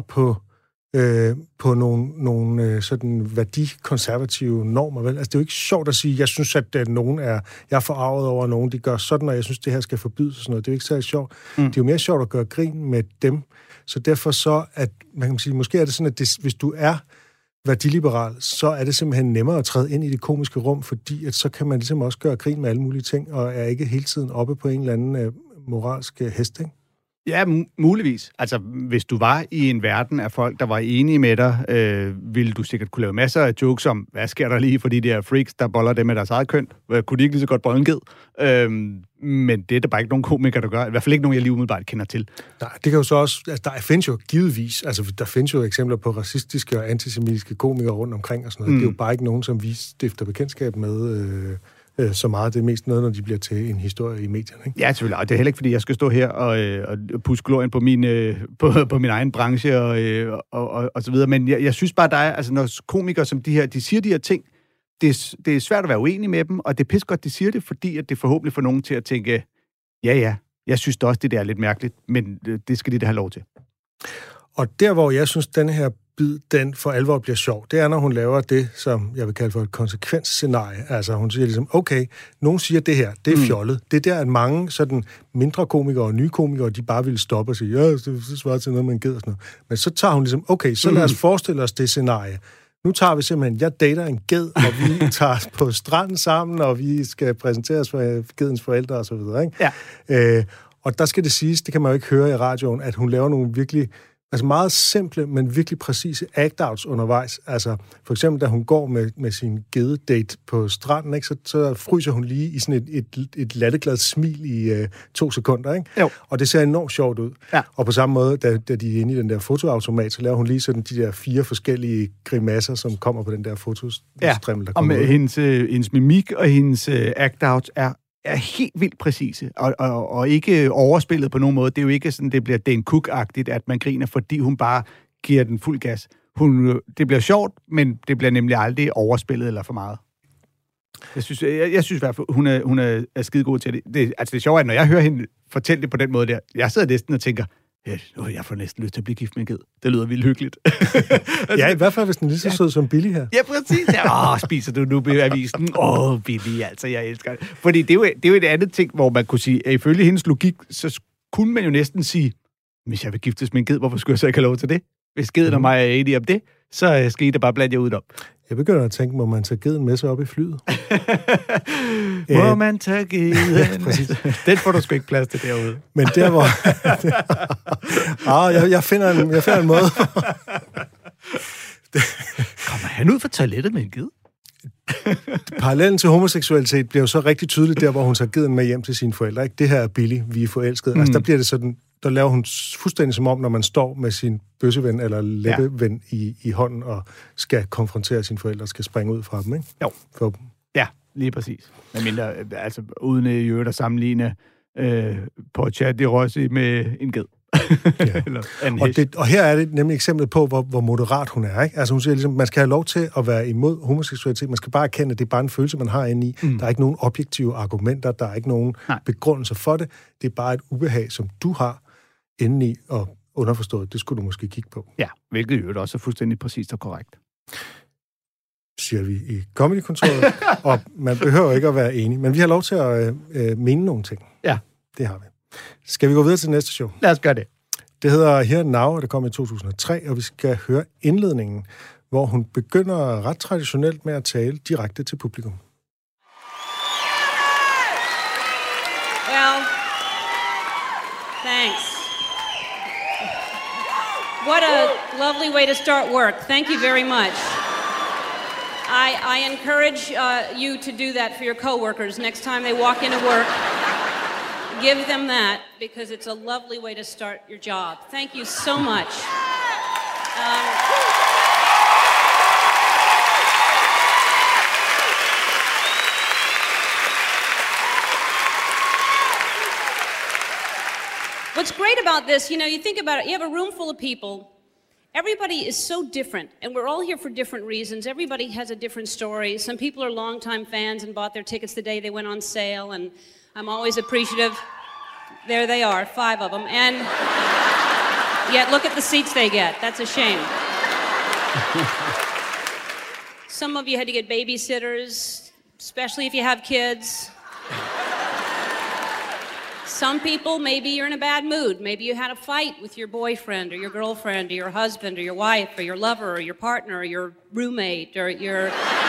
på nogle sådan værdikonservative normer, vel? Altså, det er jo ikke sjovt at sige, jeg synes, at jeg er forarvet over, at nogen de gør sådan, og jeg synes, det her skal forbydes og sådan noget. Det er jo ikke særlig sjovt. Det er jo mere sjovt at gøre grin med dem. Så derfor så, at man kan sige, måske er det sådan, at hvis du er værdiliberal, så er det simpelthen nemmere at træde ind i det komiske rum, fordi at så kan man ligesom også gøre grin med alle mulige ting, og er ikke hele tiden oppe på en eller anden moralsk hest, ikke? Ja, muligvis. Altså, hvis du var i en verden af folk, der var enige med dig, ville du sikkert kunne lave masser af jokes om, hvad sker der lige for de der freaks, der boller dem med deres eget køn? Kunne de ikke lige så godt bolle en ged? Men det er der bare ikke nogen komikere, der gør. I hvert fald ikke nogen, jeg lige umiddelbart kender til. Nej, det kan jo så også... Altså, der findes jo givetvis... Altså, der findes jo eksempler på racistiske og antisemitiske komikere rundt omkring og sådan noget. Det er jo bare ikke nogen, som vi stifter bekendtskab med... så meget. Det er mest noget, når de bliver til en historie i medierne, ikke? Ja, selvfølgelig. Og det er heller ikke, fordi jeg skal stå her og puske glorien på min egen branche og så videre. Men jeg synes bare, der er, altså når komikere som de her, de siger de her ting, det er svært at være uenig med dem, og det er pis godt, de siger det, fordi at det forhåbentlig får nogen til at tænke, ja, jeg synes da også, det der er lidt mærkeligt, men det skal de da have lov til. Og der, hvor jeg synes, den her bid, den for alvor bliver sjov, det er, når hun laver det, som jeg vil kalde for et konsekvensscenarie. Altså, hun siger ligesom, okay, nogen siger det her, det er fjollet. Det er der, at mange sådan mindre komikere og nye komikere, de bare ville stoppe og sige, ja, det svarer til noget, man gider og sådan noget. Men så tager hun ligesom, okay, så lad os forestille os det scenarie. Nu tager vi simpelthen, jeg dater en ged, og vi tager på stranden sammen, og vi skal præsenteres for gedens forældre og så videre, ikke? Ja. Og der skal det siges, det kan man jo ikke høre i radioen, at hun laver nogle virkelig, altså meget simple, men virkelig præcise act-outs undervejs. Altså, for eksempel, da hun går med sin gededate på stranden, ikke, så fryser hun lige i sådan et latterglad smil i 2 sekunder, ikke? Jo. Og det ser enormt sjovt ud. Ja. Og på samme måde, da de er inde i den der fotoautomat, så laver hun lige sådan de der 4 forskellige grimasser, som kommer på den der fotostrimmel, der kommer ud. Og hendes mimik og hendes act-outs er helt vildt præcise, og ikke overspillet på nogen måde. Det er jo ikke sådan, det bliver Dane Cook-agtigt, at man griner, fordi hun bare giver den fuld gas. Det bliver sjovt, men det bliver nemlig aldrig overspillet eller for meget. Jeg synes i hvert fald, hun er skide god til det. Det sjove er, når jeg hører hende fortælle det på den måde der, jeg sidder næsten og tænker, jeg får næsten lyst til at blive gift med en ged. Det lyder vildt hyggeligt. Ja, i hvert fald, hvis den er lige så sød som Billy her. Ja, præcis. Spiser du nu avisen? Billy, altså, jeg elsker det. Fordi det er jo et andet ting, hvor man kunne sige, at ifølge hendes logik, så kunne man jo næsten sige, hvis jeg vil giftes med en ged, hvorfor skulle jeg så ikke have lov til det? Hvis geden og mig er enige om det, så skal I da bare blande jer udenom. Jeg begynder at tænke, må man tage geden med sig op i flyet? Må man tage geden? Præcis. Den får du sgu ikke plads til derude. Men der hvor... jeg finder en måde. Kommer han ud fra toilettet med en ged? Parallellen til homoseksualitet bliver jo så rigtig tydeligt der, hvor hun tager geden med hjem til sine forældre. Ikke? Det her er Billy, vi er forelskede. Altså, der bliver det sådan, der laver hun fuldstændig som om, når man står med sin bøsseven eller læbeven i hånden og skal konfrontere sine forældre, skal springe ud fra dem, ikke? Jo. For dem. Ja, lige præcis. Men mindre, altså uden i øvrigt at sammenligne Portia de Rossi med en ged. Ja. Og her er det nemlig eksemplet på, hvor moderat hun er. Ikke? Altså hun siger ligesom, man skal have lov til at være imod homoseksualitet. Man skal bare erkende, at det er bare en følelse, man har inde i. Der er ikke nogen objektive argumenter, der er ikke nogen begrundelser for det. Det er bare et ubehag, som du har inde i, og underforstået, det skulle du måske kigge på. Ja, hvilket jo også er fuldstændig præcist og korrekt. Siger vi i Comedy-kontoret, og man behøver ikke at være enig, men vi har lov til at mene nogle ting. Ja. Det har vi. Skal vi gå videre til næste show? Lad os gøre det. Det hedder Here and Now, og det kom i 2003, og vi skal høre indledningen, hvor hun begynder ret traditionelt med at tale direkte til publikum. Well, thanks. What a lovely way to start work. Thank you very much. I encourage you to do that for your coworkers next time they walk into work. Give them that, because it's a lovely way to start your job. Thank you so much. What's great about this, you know, you think about it, you have a room full of people. Everybody is so different, and we're all here for different reasons. Everybody has a different story. Some people are longtime fans and bought their tickets the day they went on sale, and I'm always appreciative. There they are, 5 of them. And yet look at the seats they get. That's a shame. Some of you had to get babysitters, especially if you have kids. Some people, maybe you're in a bad mood. Maybe you had a fight with your boyfriend or your girlfriend or your husband or your wife or your lover or your partner or your roommate or your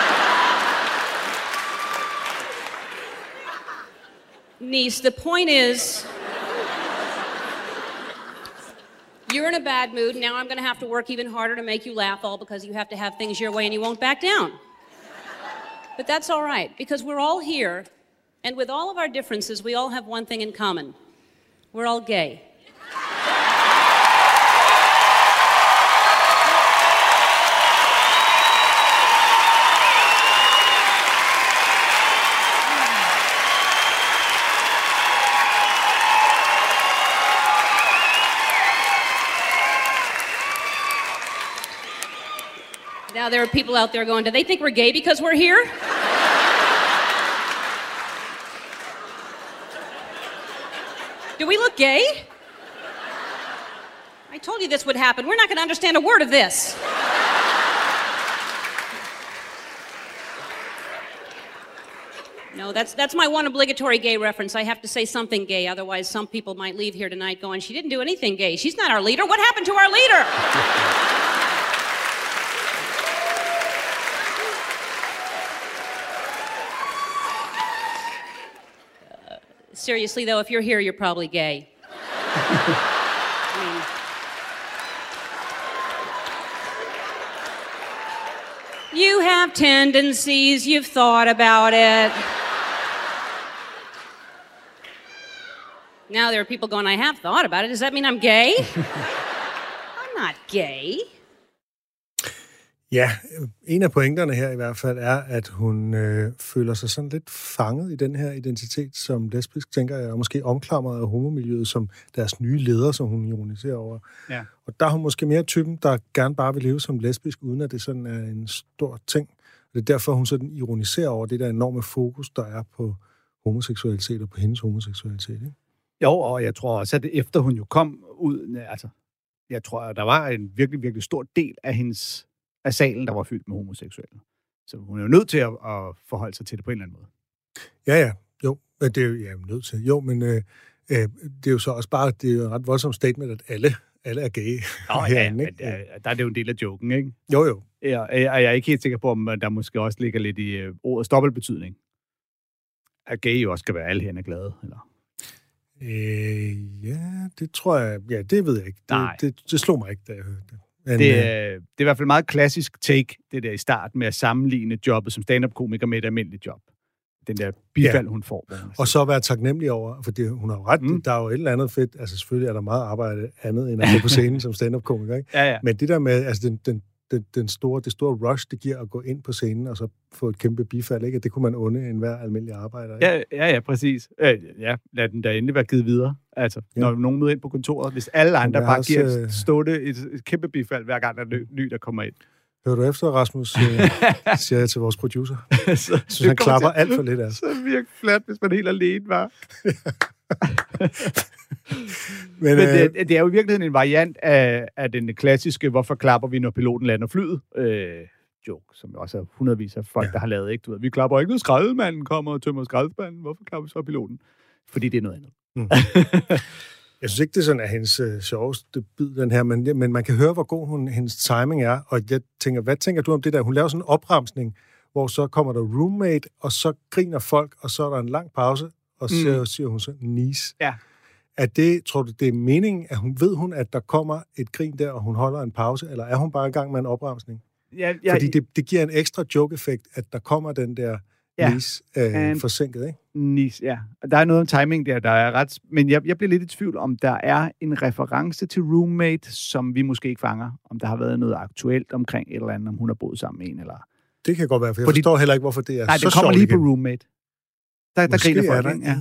niece. The point is, you're in a bad mood. Now I'm going to have to work even harder to make you laugh, all because you have to have things your way and you won't back down. But that's all right, because we're all here. And with all of our differences, we all have one thing in common. We're all gay. Now there are people out there going, do they think we're gay because we're here? Do we look gay? I told you this would happen. We're not going to understand a word of this. No, that's my one obligatory gay reference. I have to say something gay, otherwise some people might leave here tonight going, she didn't do anything gay. She's not our leader. What happened to our leader? Seriously, though, if you're here, you're probably gay. You have tendencies, you've thought about it. Now there are people going, I have thought about it. Does that mean I'm gay? I'm not gay. Ja, en af pointerne her i hvert fald er, at hun føler sig sådan lidt fanget i den her identitet som lesbisk, tænker jeg, og måske omklamret af homomiljøet som deres nye leder, som hun ironiserer over. Ja. Og der er hun måske mere typen, der gerne bare vil leve som lesbisk, uden at det sådan er en stor ting. Og det er derfor, hun sådan ironiserer over det der enorme fokus, der er på homoseksualitet og på hendes homoseksualitet, ikke? Jo, og jeg tror også, at efter hun jo kom ud, altså, jeg tror, at der var en virkelig, virkelig stor del af salen, der var fyldt med homoseksuelle. Så hun er jo nødt til at forholde sig til det på en eller anden måde. Ja, jo. Det er jo nødt til. Jo, men det er jo så også bare, det er jo et ret voldsomt statement, at alle er gay. Herinde, men der er det jo en del af joken, ikke? Jo. Jeg er ikke helt sikker på, om der måske også ligger lidt i ordets dobbeltbetydning. At gay jo også skal være alle herinde glade, eller? Ja, det tror jeg. Ja, det ved jeg ikke. Det slog mig ikke, da jeg hørte det. Men, det er i hvert fald meget klassisk take, det der i starten med at sammenligne jobbet som stand-up-komiker med et almindeligt job. Den der bifald, hun får. Og så være taknemmelig over, for hun har jo ret, der er jo et eller andet fedt, altså selvfølgelig er der meget arbejde andet, end at gå på scenen som stand-up-komiker, ikke? Ja. Men det der med, altså det store rush, det giver at gå ind på scenen, og så få et kæmpe bifald, ikke? At det kunne man unde enhver almindelig arbejder, ikke? Ja, præcis. Lad den da endelig være givet videre. Altså, når nogen møder ind på kontoret, hvis alle andre bare giver et kæmpe bifald, hver gang der er ny, der kommer ind. Hører du efter, Rasmus, siger jeg til vores producer. Så han klapper alt for lidt af. Så virkelig flat, hvis man helt alene var. Men det er jo i virkeligheden en variant af den klassiske, hvorfor klapper vi, når piloten lander flyet? Joke, som også er hundredvis af folk, der har lavet, ikke? Du ved, vi klapper ikke, når skraldemanden kommer og tømmer skraldespanden. Hvorfor klapper vi så piloten? Fordi det er noget andet. Jeg synes ikke, det er sådan, at hendes sjoveste bid, den her, men man kan høre, hvor god hendes timing er, og jeg tænker, hvad tænker du om det der? Hun laver sådan en opremsning, hvor så kommer der roommate, og så griner folk, og så er der en lang pause, og så siger hun så niece. Ja. Tror du, det er meningen, at ved hun, at der kommer et grin der, og hun holder en pause, eller er hun bare i gang med en opremsning? Fordi det giver en ekstra joke-effekt, at der kommer den der niece forsinket, ikke? Niece, ja. Der er noget om timing der er ret... Men jeg bliver lidt i tvivl, om der er en reference til roommate, som vi måske ikke fanger. Om der har været noget aktuelt omkring et eller andet, om hun har boet sammen med en, eller... Det kan godt være, for jeg forstår heller ikke, hvorfor det er så sjovt. Nej, det kommer lige på roommate. Der griner folk, ikke?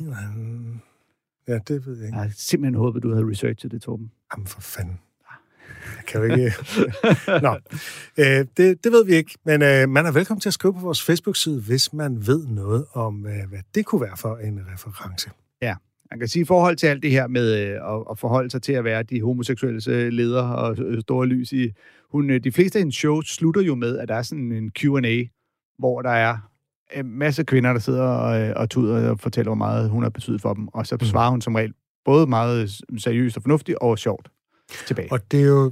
Ja, det ved jeg ikke. Jeg har simpelthen håbet, du havde researchet det, Torben. Jamen for fanden. Jeg kan jo ikke... Nå, det ved vi ikke, men man er velkommen til at skrive på vores Facebook-side, hvis man ved noget om, hvad det kunne være for en reference. Ja, man kan sige i forhold til alt det her med at forholde sig til at være de homoseksuelle ledere og store lys i... De fleste af hendes shows slutter jo med, at der er sådan en Q&A, hvor der er en masse kvinder, der sidder og tuder og fortæller, hvor meget hun har betydet for dem, og så svarer hun som regel både meget seriøst og fornuftigt og sjovt tilbage. Og det er jo,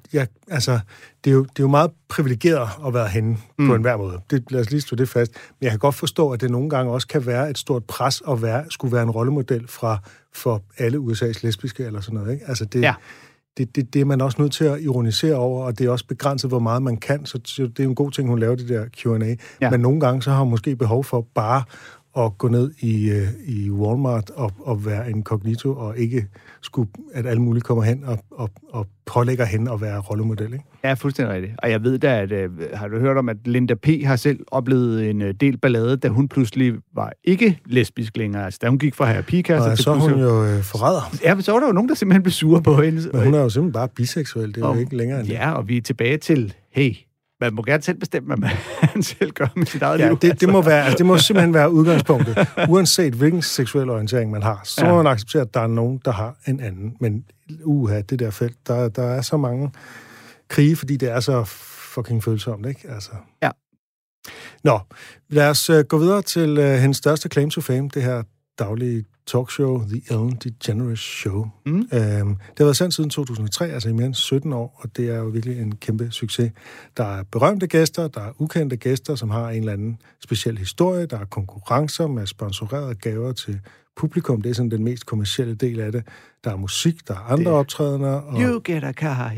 det er jo meget privilegeret at være henne på enhver måde. Lad os lige stå det fast. Men jeg kan godt forstå, at det nogle gange også kan være et stort pres at skulle være en rollemodel for alle USA's lesbiske eller sådan noget, ikke? Altså det er man også nødt til at ironisere over, og det er også begrænset, hvor meget man kan, så det er en god ting, hun laver det der Q&A. Ja. Men nogle gange, så har hun måske behov for bare at gå ned i Walmart og være inkognito, og ikke at alle mulige kommer hen og pålægger hende at være rollemodel, ikke? Ja, fuldstændig rigtigt. Og jeg ved da, at har du hørt om, at Linda P. har selv oplevet en del ballade, da hun pludselig var ikke lesbisk længere. Altså, da hun gik fra at have pigekærester til så hun jo forræder. Ja, men så var der jo nogen, der simpelthen blev sure på hende. Men hun er jo simpelthen bare biseksuel. Det er jo ikke længere end det. Ja, og vi er tilbage til, man må gerne selv bestemme, hvad man selv gør med sit eget liv. Det må simpelthen være udgangspunktet. Uanset hvilken seksuel orientering man har, så må man acceptere, at der er nogen, der har en anden. Men det der felt, der er så mange krige, fordi det er så fucking følsomt, ikke? Altså. Ja. Nå, lad os gå videre til hendes største claim to fame, det her daglige talkshow, The Ellen DeGeneres Show. Det har været sendt siden 2003, altså i mere end 17 år, og det er jo virkelig en kæmpe succes. Der er berømte gæster, der er ukendte gæster, som har en eller anden speciel historie, der er konkurrencer med sponsorerede gaver til publikum. Det er sådan den mest kommercielle del af det. Der er musik, der er andre optrædener. Og you get a car.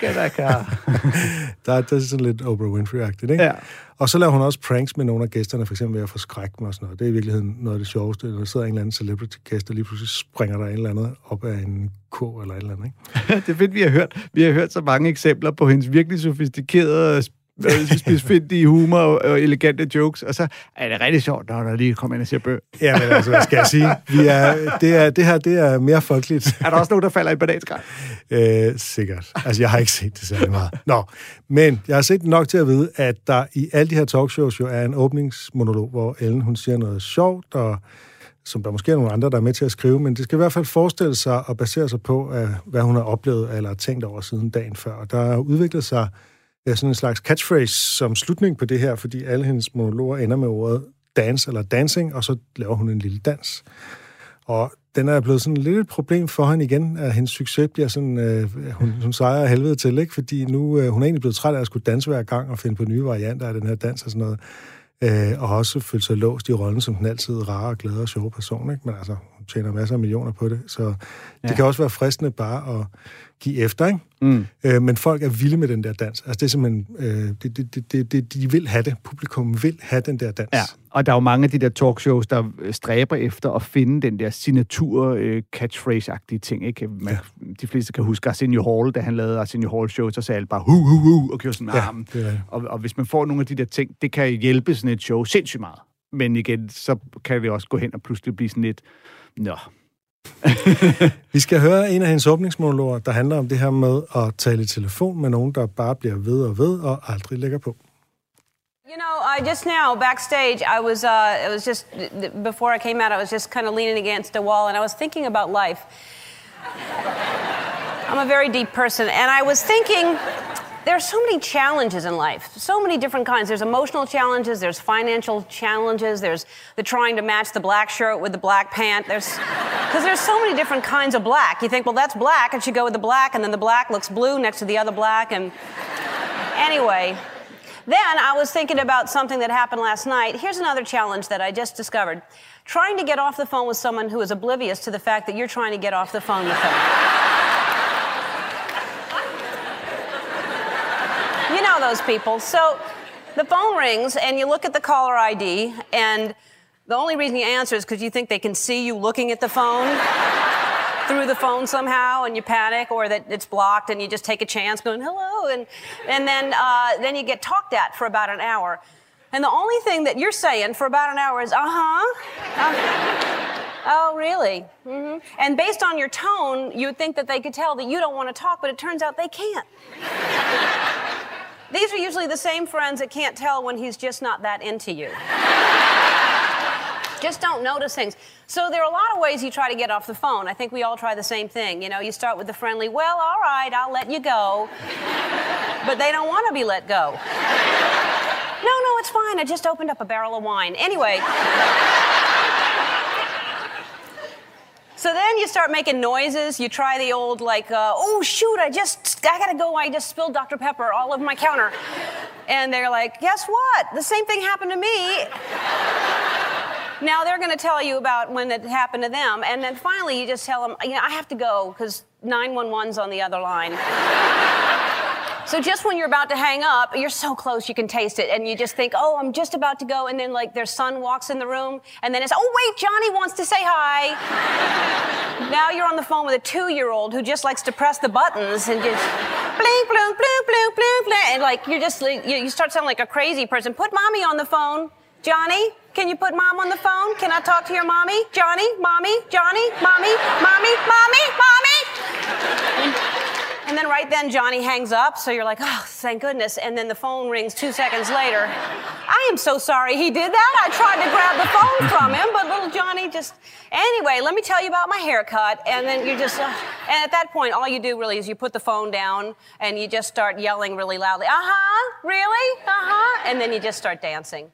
der er sådan lidt Oprah Winfrey-agtigt, ikke? Ja. Og så laver hun også pranks med nogle af gæsterne, for eksempel ved at forskrække dem og sådan noget. Det er i virkeligheden noget af det sjoveste. Når der sidder en eller anden celebrity-gæst, og lige pludselig springer der en eller anden op af en kurv eller et eller andet, ikke? Det er fedt, vi har hørt så mange eksempler på hendes virkelig sofistikerede spidsfindige humor og elegante jokes, og så er det rigtig sjovt, når der lige kommer ind og siger bøg. Ja, men altså, hvad skal jeg sige? Det er mere folkeligt. Er der også nogen, der falder i bananskrald? Sikkert. Altså, jeg har ikke set det særlig meget. Nå, men jeg har set det nok til at vide, at der i alle de her talkshows jo er en åbningsmonolog, hvor Ellen, hun siger noget sjovt, og som der måske er nogle andre, der er med til at skrive, men det skal i hvert fald forestille sig og basere sig på, hvad hun har oplevet eller tænkt over siden dagen før. Og der har udviklet sig sådan en slags catchphrase som slutning på det her, fordi alle hendes monologer ender med ordet dance eller dancing, og så laver hun en lille dans. Og den er blevet sådan lidt et problem for hende igen, at hendes succes bliver sådan, hun sejrer helvede til, ikke? Fordi nu hun er egentlig blevet træt af at skulle danse hver gang og finde på nye varianter af den her dans og sådan noget. Og har også følt sig låst i rollen som den altid rare og glade og sjove person, ikke? Men altså, hun tjener masser af millioner på det, så det kan også være fristende bare at give efter, ikke? Men folk er vilde med den der dans. Altså, det er simpelthen... de vil have det. Publikum vil have den der dans. Ja, og der er jo mange af de der talkshows, der stræber efter at finde den der signatur catchphrase-agtige ting, ikke? De fleste kan huske Arsenio Hall, da han lavede Arsenio Hall-show, så sagde alle bare hu, og gjorde sådan med armen. Og hvis man får nogle af de der ting, det kan hjælpe sådan et show sindssygt meget. Men igen, så kan det også gå hen og pludselig blive sådan lidt... Nå... Vi skal høre en af hendes åbningsmonologer, der handler om det her med at tale i telefon med nogen, der bare bliver ved og aldrig lægger på. You know, just now backstage, I was just before I came out, I was just kind of leaning against a wall, and I was thinking about life. I'm a very deep person, and I was thinking. There are so many challenges in life, so many different kinds. There's emotional challenges, there's financial challenges, there's the trying to match the black shirt with the black pant. Because there's so many different kinds of black. You think, well, that's black, I should go with the black, and then the black looks blue next to the other black. And anyway, then I was thinking about something that happened last night. Here's another challenge that I just discovered. Trying to get off the phone with someone who is oblivious to the fact that you're trying to get off the phone with them. You know those people. So the phone rings and you look at the caller ID, and the only reason you answer is because you think they can see you looking at the phone through the phone somehow, and you panic, or that it's blocked and you just take a chance going, hello, and then you get talked at for about an hour. And the only thing that you're saying for about an hour is, oh, really? Mm-hmm. And based on your tone, you would think that they could tell that you don't want to talk, but it turns out they can't. These are usually the same friends that can't tell when he's just not that into you. Just don't notice things. So there are a lot of ways you try to get off the phone. I think we all try the same thing. You know, you start with the friendly, well, all right, I'll let you go. But they don't want to be let go. No, it's fine. I just opened up a barrel of wine. Anyway. So then you start making noises. You try the old, like, oh, shoot, I gotta go. I just spilled Dr. Pepper all over my counter. And they're like, guess what? The same thing happened to me. Now they're going to tell you about when it happened to them. And then finally you just tell them, you know, I have to go because 911's on the other line. So just when you're about to hang up, you're so close you can taste it, and you just think, oh, I'm just about to go, and then like their son walks in the room, and then it's, oh wait, Johnny wants to say hi. Now you're on the phone with a 2-year-old who just likes to press the buttons and just blink, blink, blink, blink, blink, blink, and like you're just you start sounding like a crazy person. Put mommy on the phone, Johnny. Can you put mom on the phone? Can I talk to your mommy? Johnny, mommy, Johnny, mommy, mommy, mommy, mommy. And then right then Johnny hangs up, so you're like, oh, thank goodness. And then the phone rings 2 seconds later. I am so sorry he did that. I tried to grab the phone from him, but little Johnny just... Anyway, let me tell you about my haircut. And then you just... and at that point, all you do really is you put the phone down and you just start yelling really loudly, really? And then you just start dancing.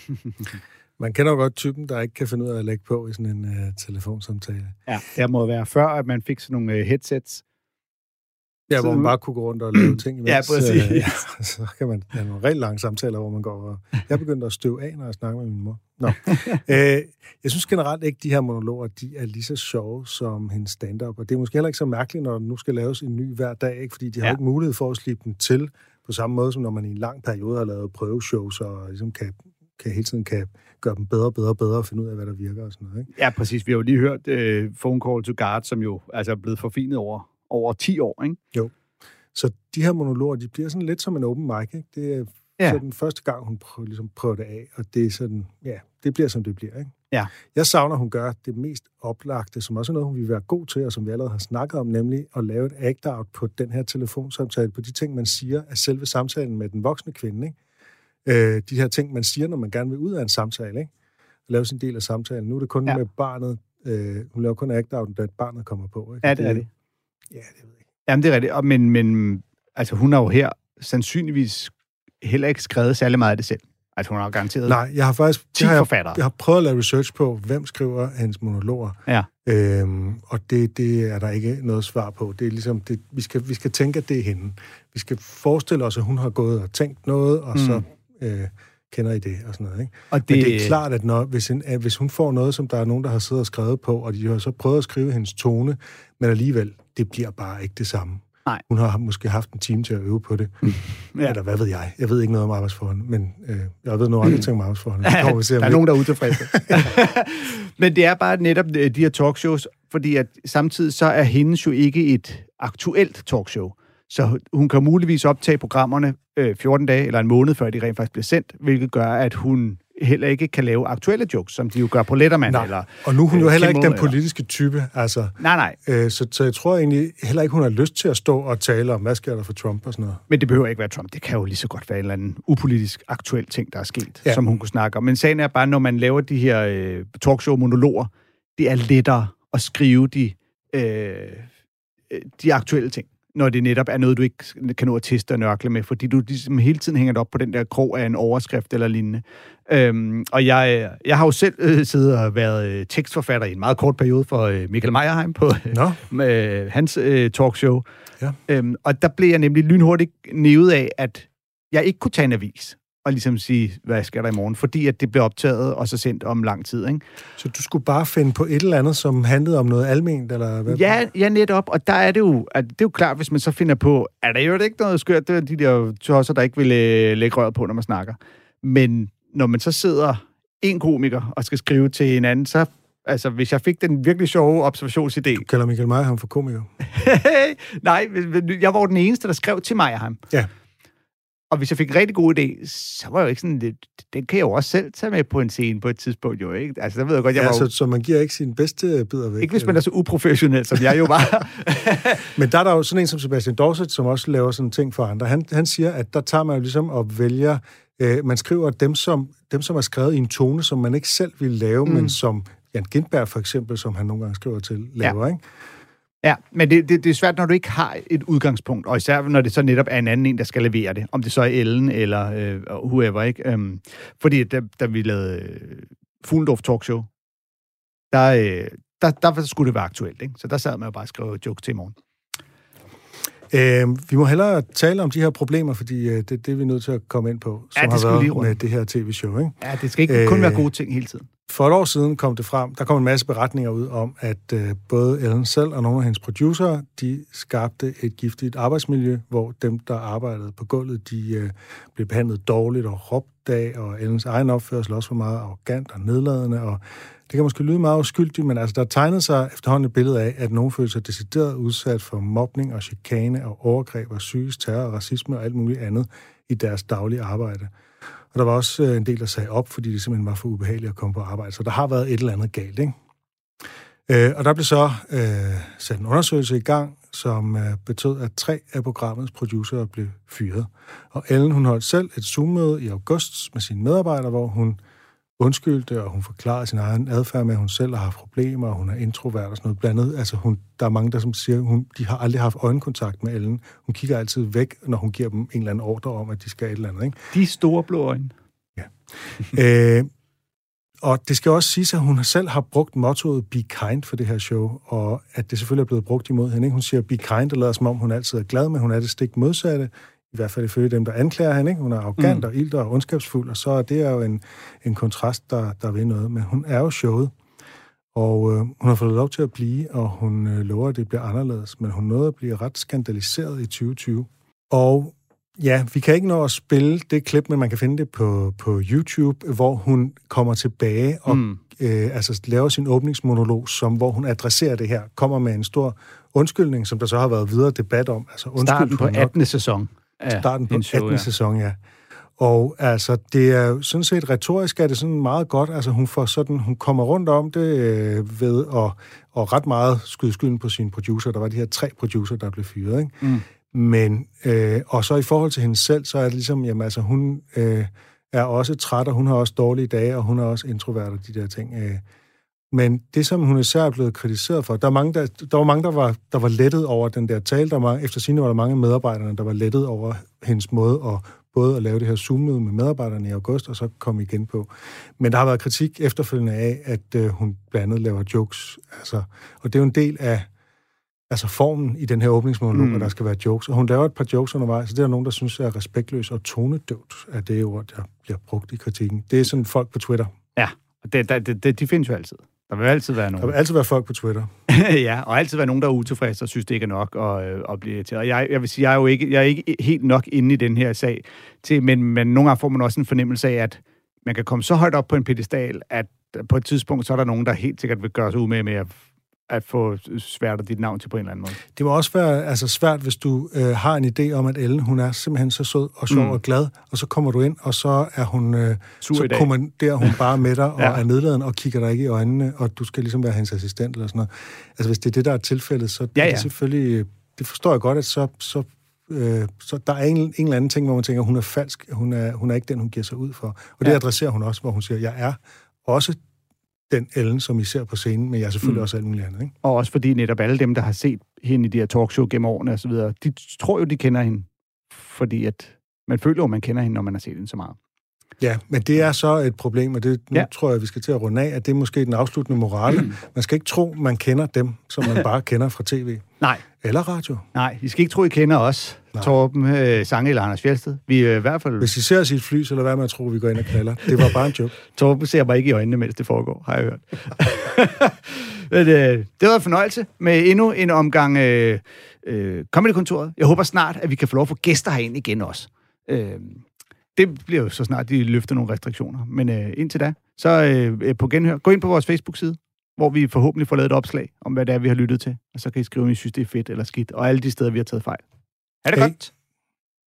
Man kender jo godt typen, der ikke kan finde ud af at lægge på i sådan en telefonsamtale. Ja, det må være før, at man fik sådan nogle headsets. Ja, hvor man bare kunne gå rundt og lave ting imens. Ja, præcis. Så kan man have nogle rigtig lange samtaler, hvor man går og... Jeg begyndte at støve af, når jeg snakker med min mor. Nå. Jeg synes generelt ikke, de her monologer, de er lige så sjove som hendes stand-up. Og det er måske heller ikke så mærkeligt, når der nu skal laves en ny hver dag, ikke? Fordi de har ikke mulighed for at slippe dem til på samme måde, som når man i en lang periode har lavet prøveshows og ligesom kan hele tiden kan gøre dem bedre og finde ud af, hvad der virker og sådan noget, ikke? Ja, præcis. Vi har jo lige hørt Phone Call to God, som jo altså er blevet forfinet over 10 år, ikke? Jo. Så de her monologer, de bliver sådan lidt som en open mic, ikke? Det er så den første gang, hun prøver det af, og det er sådan, ja, det bliver, som det bliver, ikke? Ja. Jeg savner, hun gør det mest oplagte, som også er noget, hun vil være god til, og som vi allerede har snakket om, nemlig at lave et act-out på den her telefonsamtale, på de ting, man siger af selve samtalen med den voksne kvinde, ikke? De her ting, man siger, når man gerne vil ud af en samtale, ikke? Lave sin del af samtalen. Nu er det kun med barnet. Hun laver kun act-outen, da barnet kommer på, ikke? Ja, det er det. Ja, det ved jeg ikke. Jamen, det er rigtigt. Men altså, hun har jo her sandsynligvis heller ikke skrevet særlig meget af det selv. Altså, hun har garanteret... Nej, jeg har faktisk... 10 forfattere. Jeg har prøvet at lave research på, hvem skriver hendes monologer. Ja. Og det er der ikke noget svar på. Det er ligesom... Vi skal tænke, at det er hende. Vi skal forestille os, at hun har gået og tænkt noget, og så kender I det? Og sådan noget, ikke? Og men det er klart, at hvis hun får noget, som der er nogen, der har siddet og skrevet på, og de har så prøvet at skrive hendes tone, men alligevel, det bliver bare ikke det samme. Nej. Hun har måske haft en time til at øve på det. Ja. Eller hvad ved jeg? Jeg ved ikke noget om arbejdsforhold, men jeg ved noget andre ting om arbejdsforhold. Der er nogen, der er utilfredse. Men det er bare netop de her talkshows, fordi at samtidig så er hendes jo ikke et aktuelt talkshow. Så hun kan muligvis optage programmerne 14 dage eller en måned, før de rent faktisk bliver sendt, hvilket gør, at hun heller ikke kan lave aktuelle jokes, som de jo gør på Letterman. Eller, og nu er hun jo heller ikke den politiske type. Altså, nej. Så jeg tror egentlig heller ikke, hun har lyst til at stå og tale om, hvad sker der for Trump og sådan noget. Men det behøver ikke være Trump. Det kan jo lige så godt være en eller anden upolitisk aktuel ting, der er sket, som hun kunne snakke om. Men sagen er bare, når man laver de her talkshow-monologer, det er lettere at skrive de aktuelle ting, når det netop er noget, du ikke kan nå at teste og nørkle med, fordi du ligesom hele tiden hænger det op på den der krog af en overskrift eller lignende. Og jeg har jo selv siddet og været tekstforfatter i en meget kort periode for Michael Meyerheim på hans talkshow. Ja. Og der blev jeg nemlig lynhurtigt nævet af, at jeg ikke kunne tage en avis og ligesom sige, hvad sker der i morgen, fordi at det blev optaget og så sendt om lang tid, ikke? Så du skulle bare finde på et eller andet, som handlede om noget alment, eller hvad? Ja, netop, og der er det jo, at det er jo klart, hvis man så finder på, er der jo ikke noget skørt, det er de der tosser, der ikke vil lægge røret på, når man snakker. Men når man så sidder en komiker og skal skrive til en anden, så altså, hvis jeg fik den virkelig sjove observationsidé... Du kalder Michael Meyerheim for komiker? Nej, jeg var den eneste, der skrev til Meyerheim. Ja. Og hvis jeg fik en rigtig god idé, så var jeg jo ikke sådan, den kan jeg jo også selv tage med på en scene på et tidspunkt, jo, ikke? Altså, der ved jeg godt, jeg var så man giver ikke sine bedste bidder væk. Ikke hvis man er så uprofessionel, som jeg jo var. Men der er jo sådan en som Sebastian Dorset, som også laver sådan ting for andre. Han siger, at der tager man jo ligesom og vælger... man skriver dem, som er skrevet i en tone, som man ikke selv ville lave, men som Jan Gintberg for eksempel, som han nogle gange skriver til, laver, ikke? Ja, men det er svært, når du ikke har et udgangspunkt, og især når det så netop er en anden en, der skal levere det. Om det så er Ellen eller whoever, ikke? Fordi da vi lavede Fuglendorf Talkshow, der skulle det være aktuelt, ikke? Så der sad man jo bare og skrev jokes til i morgen. Vi må hellere tale om de her problemer, fordi det er vi nødt til at komme ind på, som har været med det her tv-show, ikke? Ja, det skal ikke kun være gode ting hele tiden. For et år siden kom det frem, der kom en masse beretninger ud om, at både Ellen selv og nogle af hendes producerer, de skabte et giftigt arbejdsmiljø, hvor dem, der arbejdede på gulvet, de blev behandlet dårligt og råbt af, og Ellens egen opførsel også var meget arrogant og nedladende, og det kan måske lyde meget uskyldigt, men altså, der tegnede sig efterhånden et billede af, at nogen følte sig decideret udsat for mobning og chikane og overgreb og psykisk terror og racisme og alt muligt andet i deres daglige arbejde. Og der var også en del, der sagde op, fordi det simpelthen var for ubehageligt at komme på arbejde. Så der har været et eller andet galt, ikke? Og der blev så sat en undersøgelse i gang, som betød, at 3 af programmets producerer blev fyret. Og Ellen, hun holdt selv et Zoom-møde i august med sine medarbejdere, hvor hun undskyldte, og hun forklarede sin egen adfærd med, at hun selv har haft problemer, og hun er introvert og sådan noget blandet. Altså, der er mange, der som siger, de har aldrig haft øjenkontakt med Ellen. Hun kigger altid væk, når hun giver dem en eller anden ordre om, at de skal et eller andet, ikke? De store blå øjne. Ja. Og det skal også siges, at hun selv har brugt mottoet Be Kind for det her show, og at det selvfølgelig er blevet brugt imod hende, ikke? Hun siger Be Kind, og lader som om hun altid er glad, men hun er det stik modsatte. I hvert fald ifølge dem, der anklager hende, ikke? Hun er arrogant og ilter og ondskabsfuld, og så er det jo en kontrast, der vil noget. Men hun er jo showet, og hun har fået lov til at blive, og hun lover, at det bliver anderledes, men hun nåede at blive ret skandaliseret i 2020. Og ja, vi kan ikke nå at spille det klip, men man kan finde det på YouTube, hvor hun kommer tilbage og altså laver sin åbningsmonolog, hvor hun adresserer det her, kommer med en stor undskyldning, som der så har været videre debat om. Altså, starten på 18. sæson. Starten på 18. sæson, ja. Og altså, det er jo sådan set retorisk, er det sådan meget godt. Altså, hun kommer rundt om det ved at ret meget skyde skylden på sine producer. Der var de her 3 producer, der blev fyret, ikke? Men, og så i forhold til hende selv, så er det ligesom, jamen altså, hun er også træt, og hun har også dårlige dage, og hun er også introvert og de der ting. Men det, som hun især er blevet kritiseret for, der var mange, der var lettet over den der tale. Efter sigende var der mange medarbejdere, der var lettet over hendes måde både at lave det her Zoom-møde med medarbejderne i august, og så komme igen på. Men der har været kritik efterfølgende af, at hun blandt andet laver jokes. Altså, og det er jo en del af altså formen i den her åbningsmonolog, hvor der skal være jokes. Og hun laver et par jokes undervejs, så det er nogen, der synes er respektløs og tonedøvt, at det ord, der bliver brugt i kritikken. Det er sådan folk på Twitter. Ja, og de findes jo altid. Der vil altid være nogen. Der vil altid være folk på Twitter. Ja, og altid være nogen, der er utilfredse og synes, det ikke er nok at blive irriteret. Og jeg vil sige, jeg er ikke helt nok inde i den her sag, men nogle gange får man også en fornemmelse af, at man kan komme så højt op på en pedestal, at på et tidspunkt, så er der nogen, der helt sikkert vil gøre sig ud med at få sværtet dit navn til på en eller anden måde. Det må også være svært, hvis du har en idé om, at Ellen, hun er simpelthen så sød og sjov og glad, og så kommer du ind, og så er hun så kommanderer hun bare med dig, og er nedladende og kigger dig ikke i øjnene, og du skal ligesom være hendes assistent eller sådan noget. Altså, hvis det er det, der er tilfældet, så er det selvfølgelig... Det forstår jeg godt, at så der er en eller anden ting, hvor man tænker, hun er falsk, hun er ikke den, hun giver sig ud for. Og det adresserer hun også, hvor hun siger, jeg er også den Ellen, som I ser på scenen, men jeg er selvfølgelig også alt muligt andet, ikke? Og også fordi netop alle dem, der har set hende i de her talkshow gennem årene og så videre, de tror jo, de kender hende, fordi at man føler jo, man kender hende, når man har set hende så meget. Ja, men det er så et problem, og det tror jeg, vi skal til at runde af, at det er måske den afsluttende morale. Man skal ikke tro, man kender dem, som man bare kender fra tv. Nej. Eller radio. Nej, I skal ikke tro, I kender os, Torben Sange eller Anders Fjeldsted. Vi er i hvert fald... Hvis I ser os i et fly, så lad være med at tro, vi går ind og knaller. Det var bare en joke. Torben ser mig ikke i øjnene, mens det foregår, har jeg hørt. Men, det var en fornøjelse med endnu en omgang Comedy-kontoret. Jeg håber snart, at vi kan få lov at få gæster herind igen også. Det bliver jo så snart, de løfter nogle restriktioner. Men indtil da, så på genhør. Gå ind på vores Facebook-side, hvor vi forhåbentlig får lavet et opslag om, hvad det er, vi har lyttet til. Og så kan I skrive, om I synes, det er fedt eller skidt. Og alle de steder, vi har taget fejl. Ha' det godt!